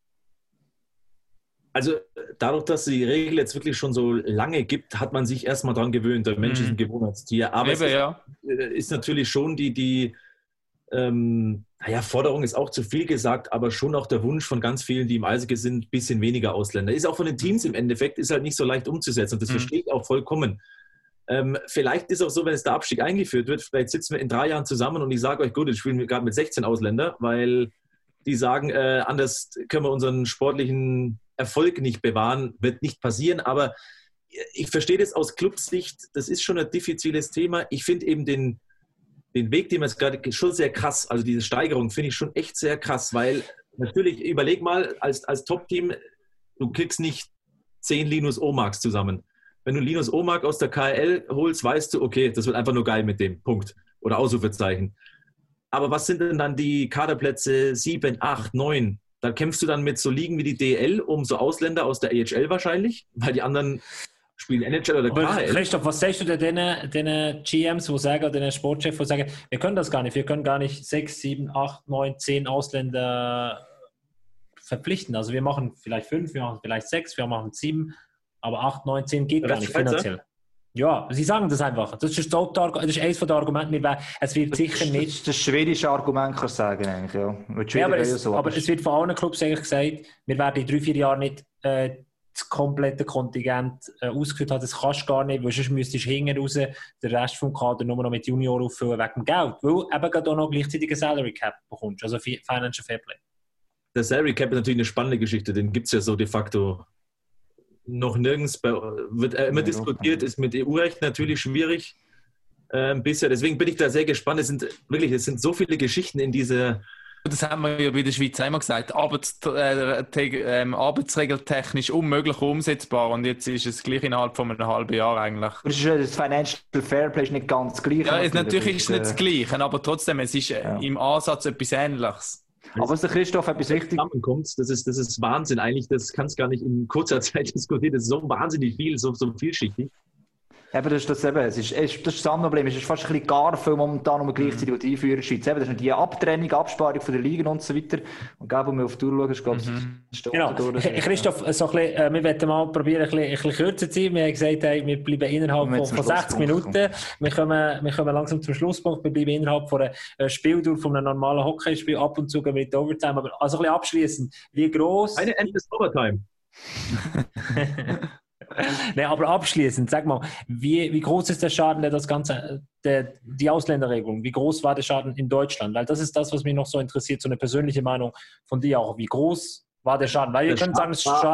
Also dadurch, dass es die Regel jetzt wirklich schon so lange gibt, hat man sich erstmal dran gewöhnt. Der Mensch ist ein Gewohnheitstier. Aber Eben, ja. ist natürlich schon die Forderung ist auch zu viel gesagt, aber schon auch der Wunsch von ganz vielen, die im Eishockey sind, ein bisschen weniger Ausländer. Ist auch von den Teams im Endeffekt, ist halt nicht so leicht umzusetzen und das verstehe ich auch vollkommen. Vielleicht ist auch so, wenn es der Abstieg eingeführt wird, vielleicht sitzen wir in 3 Jahren zusammen und ich sage euch, gut, jetzt spielen wir gerade mit 16 Ausländer, weil die sagen, anders können wir unseren sportlichen Erfolg nicht bewahren, wird nicht passieren, aber ich verstehe das aus Clubsicht, das ist schon ein diffiziles Thema. Ich finde eben den Weg, den wir jetzt gerade schon sehr krass, also diese Steigerung finde ich schon echt sehr krass, weil natürlich, überleg mal, als Top-Team, du kriegst nicht 10 Linus Omarks zusammen. Wenn du Linus Omark aus der KHL holst, weißt du, okay, das wird einfach nur geil mit dem, Punkt. Oder Ausrufezeichen. Aber was sind denn dann die Kaderplätze 7, 8, 9? Da kämpfst du dann mit so Ligen wie die DL um so Ausländer aus der AHL wahrscheinlich, weil die anderen spielen NHL oder KHL. Christoph, was sagst du denn den GMs, die sagen, den Sportchefs, die sagen, wir können das gar nicht, wir können gar nicht 6, 7, 8, 9, 10 Ausländer verpflichten. Also wir machen vielleicht 5, wir machen vielleicht 6, wir machen 7, aber 8, 9, 10 geht gar nicht finanziell. Ja, sie sagen das einfach. Das ist eines der Argumente. Es wird sicher nicht... Das schwedische Argument, kann ich sagen, eigentlich, ja. Aber es wird von allen Clubs eigentlich gesagt, wir werden in 3-4 Jahren nicht das komplette Kontingent ausgeführt haben. Das kannst du gar nicht, weil sonst müsstest du hinten raus den Rest vom Kader nur noch mit Junioren auffüllen wegen dem Geld. Weil eben gerade auch noch gleichzeitig ein Salary Cap bekommst, also Financial Fairplay. Der Salary Cap ist natürlich eine spannende Geschichte, den gibt es ja so de facto noch nirgends, wird immer diskutiert, ist mit EU-Recht natürlich schwierig bisher. Deswegen bin ich da sehr gespannt. Es sind so viele Geschichten in dieser... Das haben wir ja bei der Schweiz einmal gesagt, arbeitsregeltechnisch unmöglich umsetzbar und jetzt ist es gleich innerhalb von einem halben Jahr eigentlich. Das Financial Fairplay ist nicht ganz gleich. Ja, natürlich ist es nicht das Gleiche, aber trotzdem, es ist im Ansatz etwas Ähnliches. Aber was der Christoph etwas wichtig zusammenkommt, das ist Wahnsinn eigentlich, das kannst du gar nicht in kurzer Zeit diskutieren, das ist so wahnsinnig viel, so vielschichtig. Eben, das ist das eben. Das ist das Problem. Es ist fast ein bisschen gar viel momentan, um gleichzeitig einführen in der Schweiz. Eben, das ist die Abtrennung, Absparung von der Ligen und so weiter. Und wenn wir auf die Tour schauen, genau. Christoph, so ein bisschen, wir wollen mal probieren, ein bisschen kürzer zu sein. Wir haben gesagt, hey, wir bleiben innerhalb von 60 Minuten. Wir kommen langsam zum Schlusspunkt. Wir bleiben innerhalb von einer Spieldauer von einem normalen Hockeyspiel. Ab und zu gehen wir in die Overtime. Aber also ein bisschen abschließend. Wie gross... Eine Endless Overtime. Nein, aber abschließend, sag mal, wie groß ist der Schaden, der das Ganze, die Ausländerregelung, wie groß war der Schaden in Deutschland? Weil das ist das, was mich noch so interessiert, so eine persönliche Meinung von dir auch. Wie groß war der Schaden? Weil wir können sagen,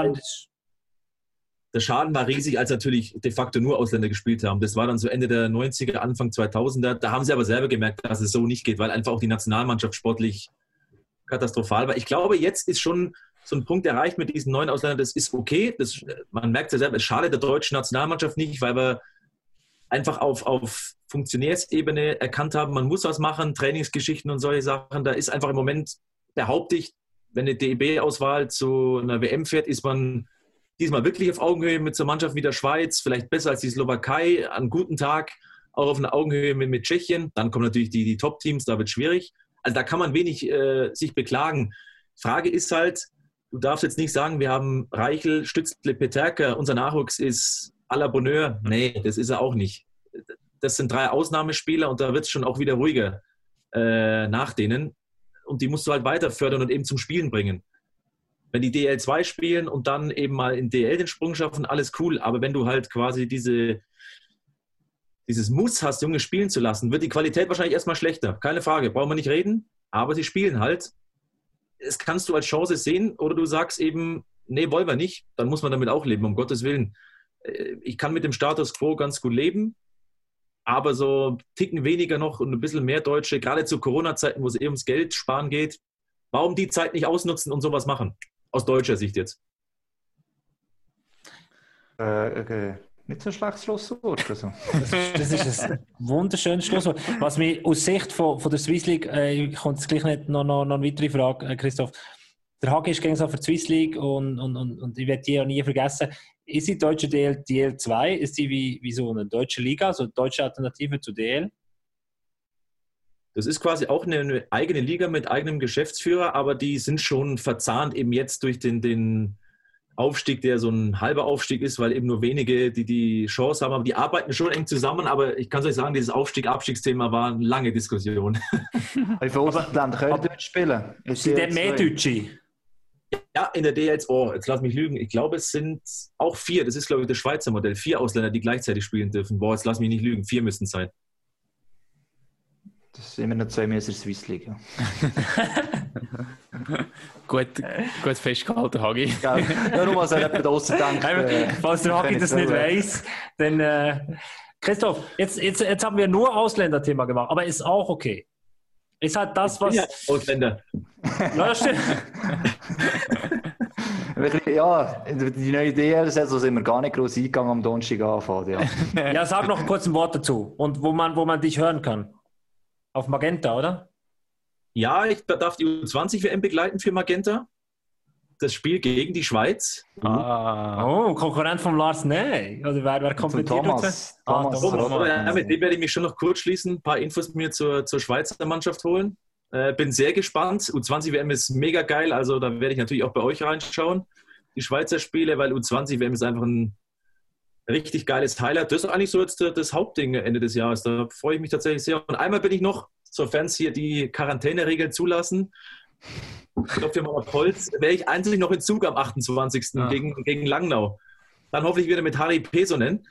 der Schaden war riesig, als natürlich de facto nur Ausländer gespielt haben. Das war dann so Ende der 90er, Anfang 2000er. Da haben sie aber selber gemerkt, dass es so nicht geht, weil einfach auch die Nationalmannschaft sportlich katastrophal war. Ich glaube, jetzt ist schon so ein Punkt erreicht mit diesen neuen Ausländern, das ist okay. Man merkt ja selber, es schadet der deutschen Nationalmannschaft nicht, weil wir einfach auf Funktionärsebene erkannt haben, man muss was machen, Trainingsgeschichten und solche Sachen. Da ist einfach im Moment, behaupte ich, wenn eine DEB-Auswahl zu einer WM fährt, ist man diesmal wirklich auf Augenhöhe mit so einer Mannschaft wie der Schweiz, vielleicht besser als die Slowakei, an einem guten Tag. auch auf einer Augenhöhe mit Tschechien. Dann kommen natürlich die Top-Teams, da wird es schwierig. Also da kann man wenig sich beklagen. Frage ist halt, du darfst jetzt nicht sagen, wir haben Reichel, Stützle, Peterka, unser Nachwuchs ist à la Bonheur. Nee, das ist er auch nicht. Das sind 3 Ausnahmespieler und da wird es schon auch wieder ruhiger nach denen. Und die musst du halt weiter fördern und eben zum Spielen bringen. Wenn die DL2 spielen und dann eben mal in DL den Sprung schaffen, alles cool. Aber wenn du halt quasi dieses Muss hast, Junge spielen zu lassen, wird die Qualität wahrscheinlich erstmal schlechter. Keine Frage, brauchen wir nicht reden. Aber sie spielen halt. Das kannst du als Chance sehen oder du sagst eben, nee, wollen wir nicht. Dann muss man damit auch leben, um Gottes Willen. Ich kann mit dem Status Quo ganz gut leben. Aber so Ticken weniger noch und ein bisschen mehr Deutsche, gerade zu Corona-Zeiten, wo es ums Geld sparen geht, warum die Zeit nicht ausnutzen und sowas machen? Aus deutscher Sicht jetzt. Okay. Nicht so ein schlechtes Schlusswort. Also. Das ist ein wunderschönes Schlusswort. Was mich aus Sicht von der Swiss League, kommt jetzt gleich nicht noch eine weitere Frage, Christoph. Der Hagi ist gegen so für die Swiss League und ich werde die ja nie vergessen. Ist die deutsche DL2, ist die wie so eine deutsche Liga, so eine deutsche Alternative zu DL? Das ist quasi auch eine eigene Liga mit eigenem Geschäftsführer, aber die sind schon verzahnt eben jetzt durch den Aufstieg, der so ein halber Aufstieg ist, weil eben nur wenige die Chance haben. Aber die arbeiten schon eng zusammen, aber ich kann es euch sagen, dieses Abstiegsthema war eine lange Diskussion. Wie viele Ausländer können dort spielen? Sind denn mehr Deutsche? Ja, in der DL, jetzt lass mich lügen, ich glaube, es sind auch 4, das ist, glaube ich, das Schweizer Modell, 4 Ausländer, die gleichzeitig spielen dürfen. Jetzt lass mich nicht lügen, 4 müssten es sein. Das sind immer noch 2 mehr in der Swiss League. Ja. gut festgehalten, Hagi. Ja, nur mal so jemand da draussen denkt. Falls der Hagi das nicht weiss, dann... Christoph, jetzt haben wir nur Ausländerthema gemacht, aber ist auch okay. Ist halt das, was... Ja, Ausländer. Ja, stimmt. Ja, die neue DL-Saison sind wir gar nicht groß eingegangen am Donnerstag anfangen. Ja. Ja, sag noch kurz ein Wort dazu. Und wo man dich hören kann. Auf Magenta, oder? Ja, ich darf die U20-WM begleiten für Magenta. Das Spiel gegen die Schweiz. Oh, Konkurrent von Lars Ney. Oder wer kommt mit dir? Thomas. Ja, mit dem werde ich mich schon noch kurz schließen. Ein paar Infos mir zur Schweizer Mannschaft holen. Bin sehr gespannt. U20-WM ist mega geil, also da werde ich natürlich auch bei euch reinschauen. Die Schweizer Spiele, weil U20-WM ist einfach ein richtig geiles Highlight. Das ist eigentlich so jetzt das Hauptding Ende des Jahres. Da freue ich mich tatsächlich sehr. Und einmal bin ich noch, sofern es hier die Quarantäneregeln zulassen, ich klopfe mal auf Holz, wäre ich einzig noch in Zug am 28. Gegen Langnau. Dann hoffentlich wieder mit Harry Pesonen.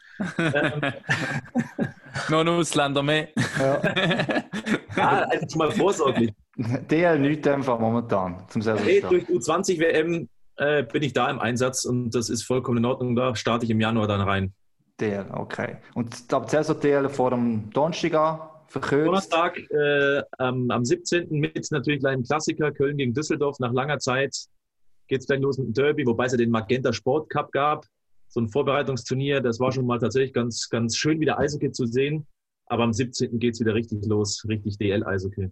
Noch ein Ausländer mehr. Ja, einfach schon mal vorsorglich. Der nichts einfach momentan zum Saisonstart. Durch U20-WM bin ich da im Einsatz und das ist vollkommen in Ordnung. Da starte ich im Januar dann rein. DL, okay. Und ab Saison DL vor dem Donnerstag an, verkürzt? Donnerstag am 17. mit natürlich einem Klassiker, Köln gegen Düsseldorf. Nach langer Zeit geht es dann los mit dem Derby, wobei es ja den Magenta Sport Cup gab. So ein Vorbereitungsturnier, das war schon mal tatsächlich ganz, ganz schön, wieder Eishockey zu sehen. Aber am 17. geht es wieder richtig los, richtig DL-Eishockey.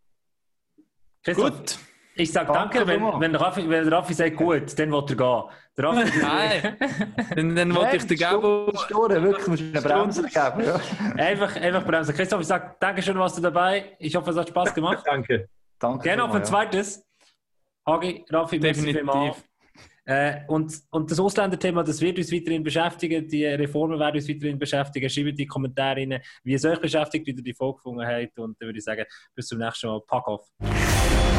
Gut. Ich sage danke, wenn Raffi sagt gut, dann will er gehen. Nein, dann wollte ich dir geben. Wirklich, musst du eine Bremse geben. Ja. Einfach bremsen. Christoph, ich sage danke schön, was du dabei. Ich hoffe, es hat Spaß gemacht. Danke. Gerne auf ein zweites. Hagi, Raffi, definitiv. Und das Ausländerthema, das wird uns weiterhin beschäftigen. Die Reformen werden uns weiterhin beschäftigen. Schreibt in die Kommentare rein, wie es euch beschäftigt, wie ihr die Folge gefunden habt. Und dann würde ich sagen, bis zum nächsten Mal. Pack auf.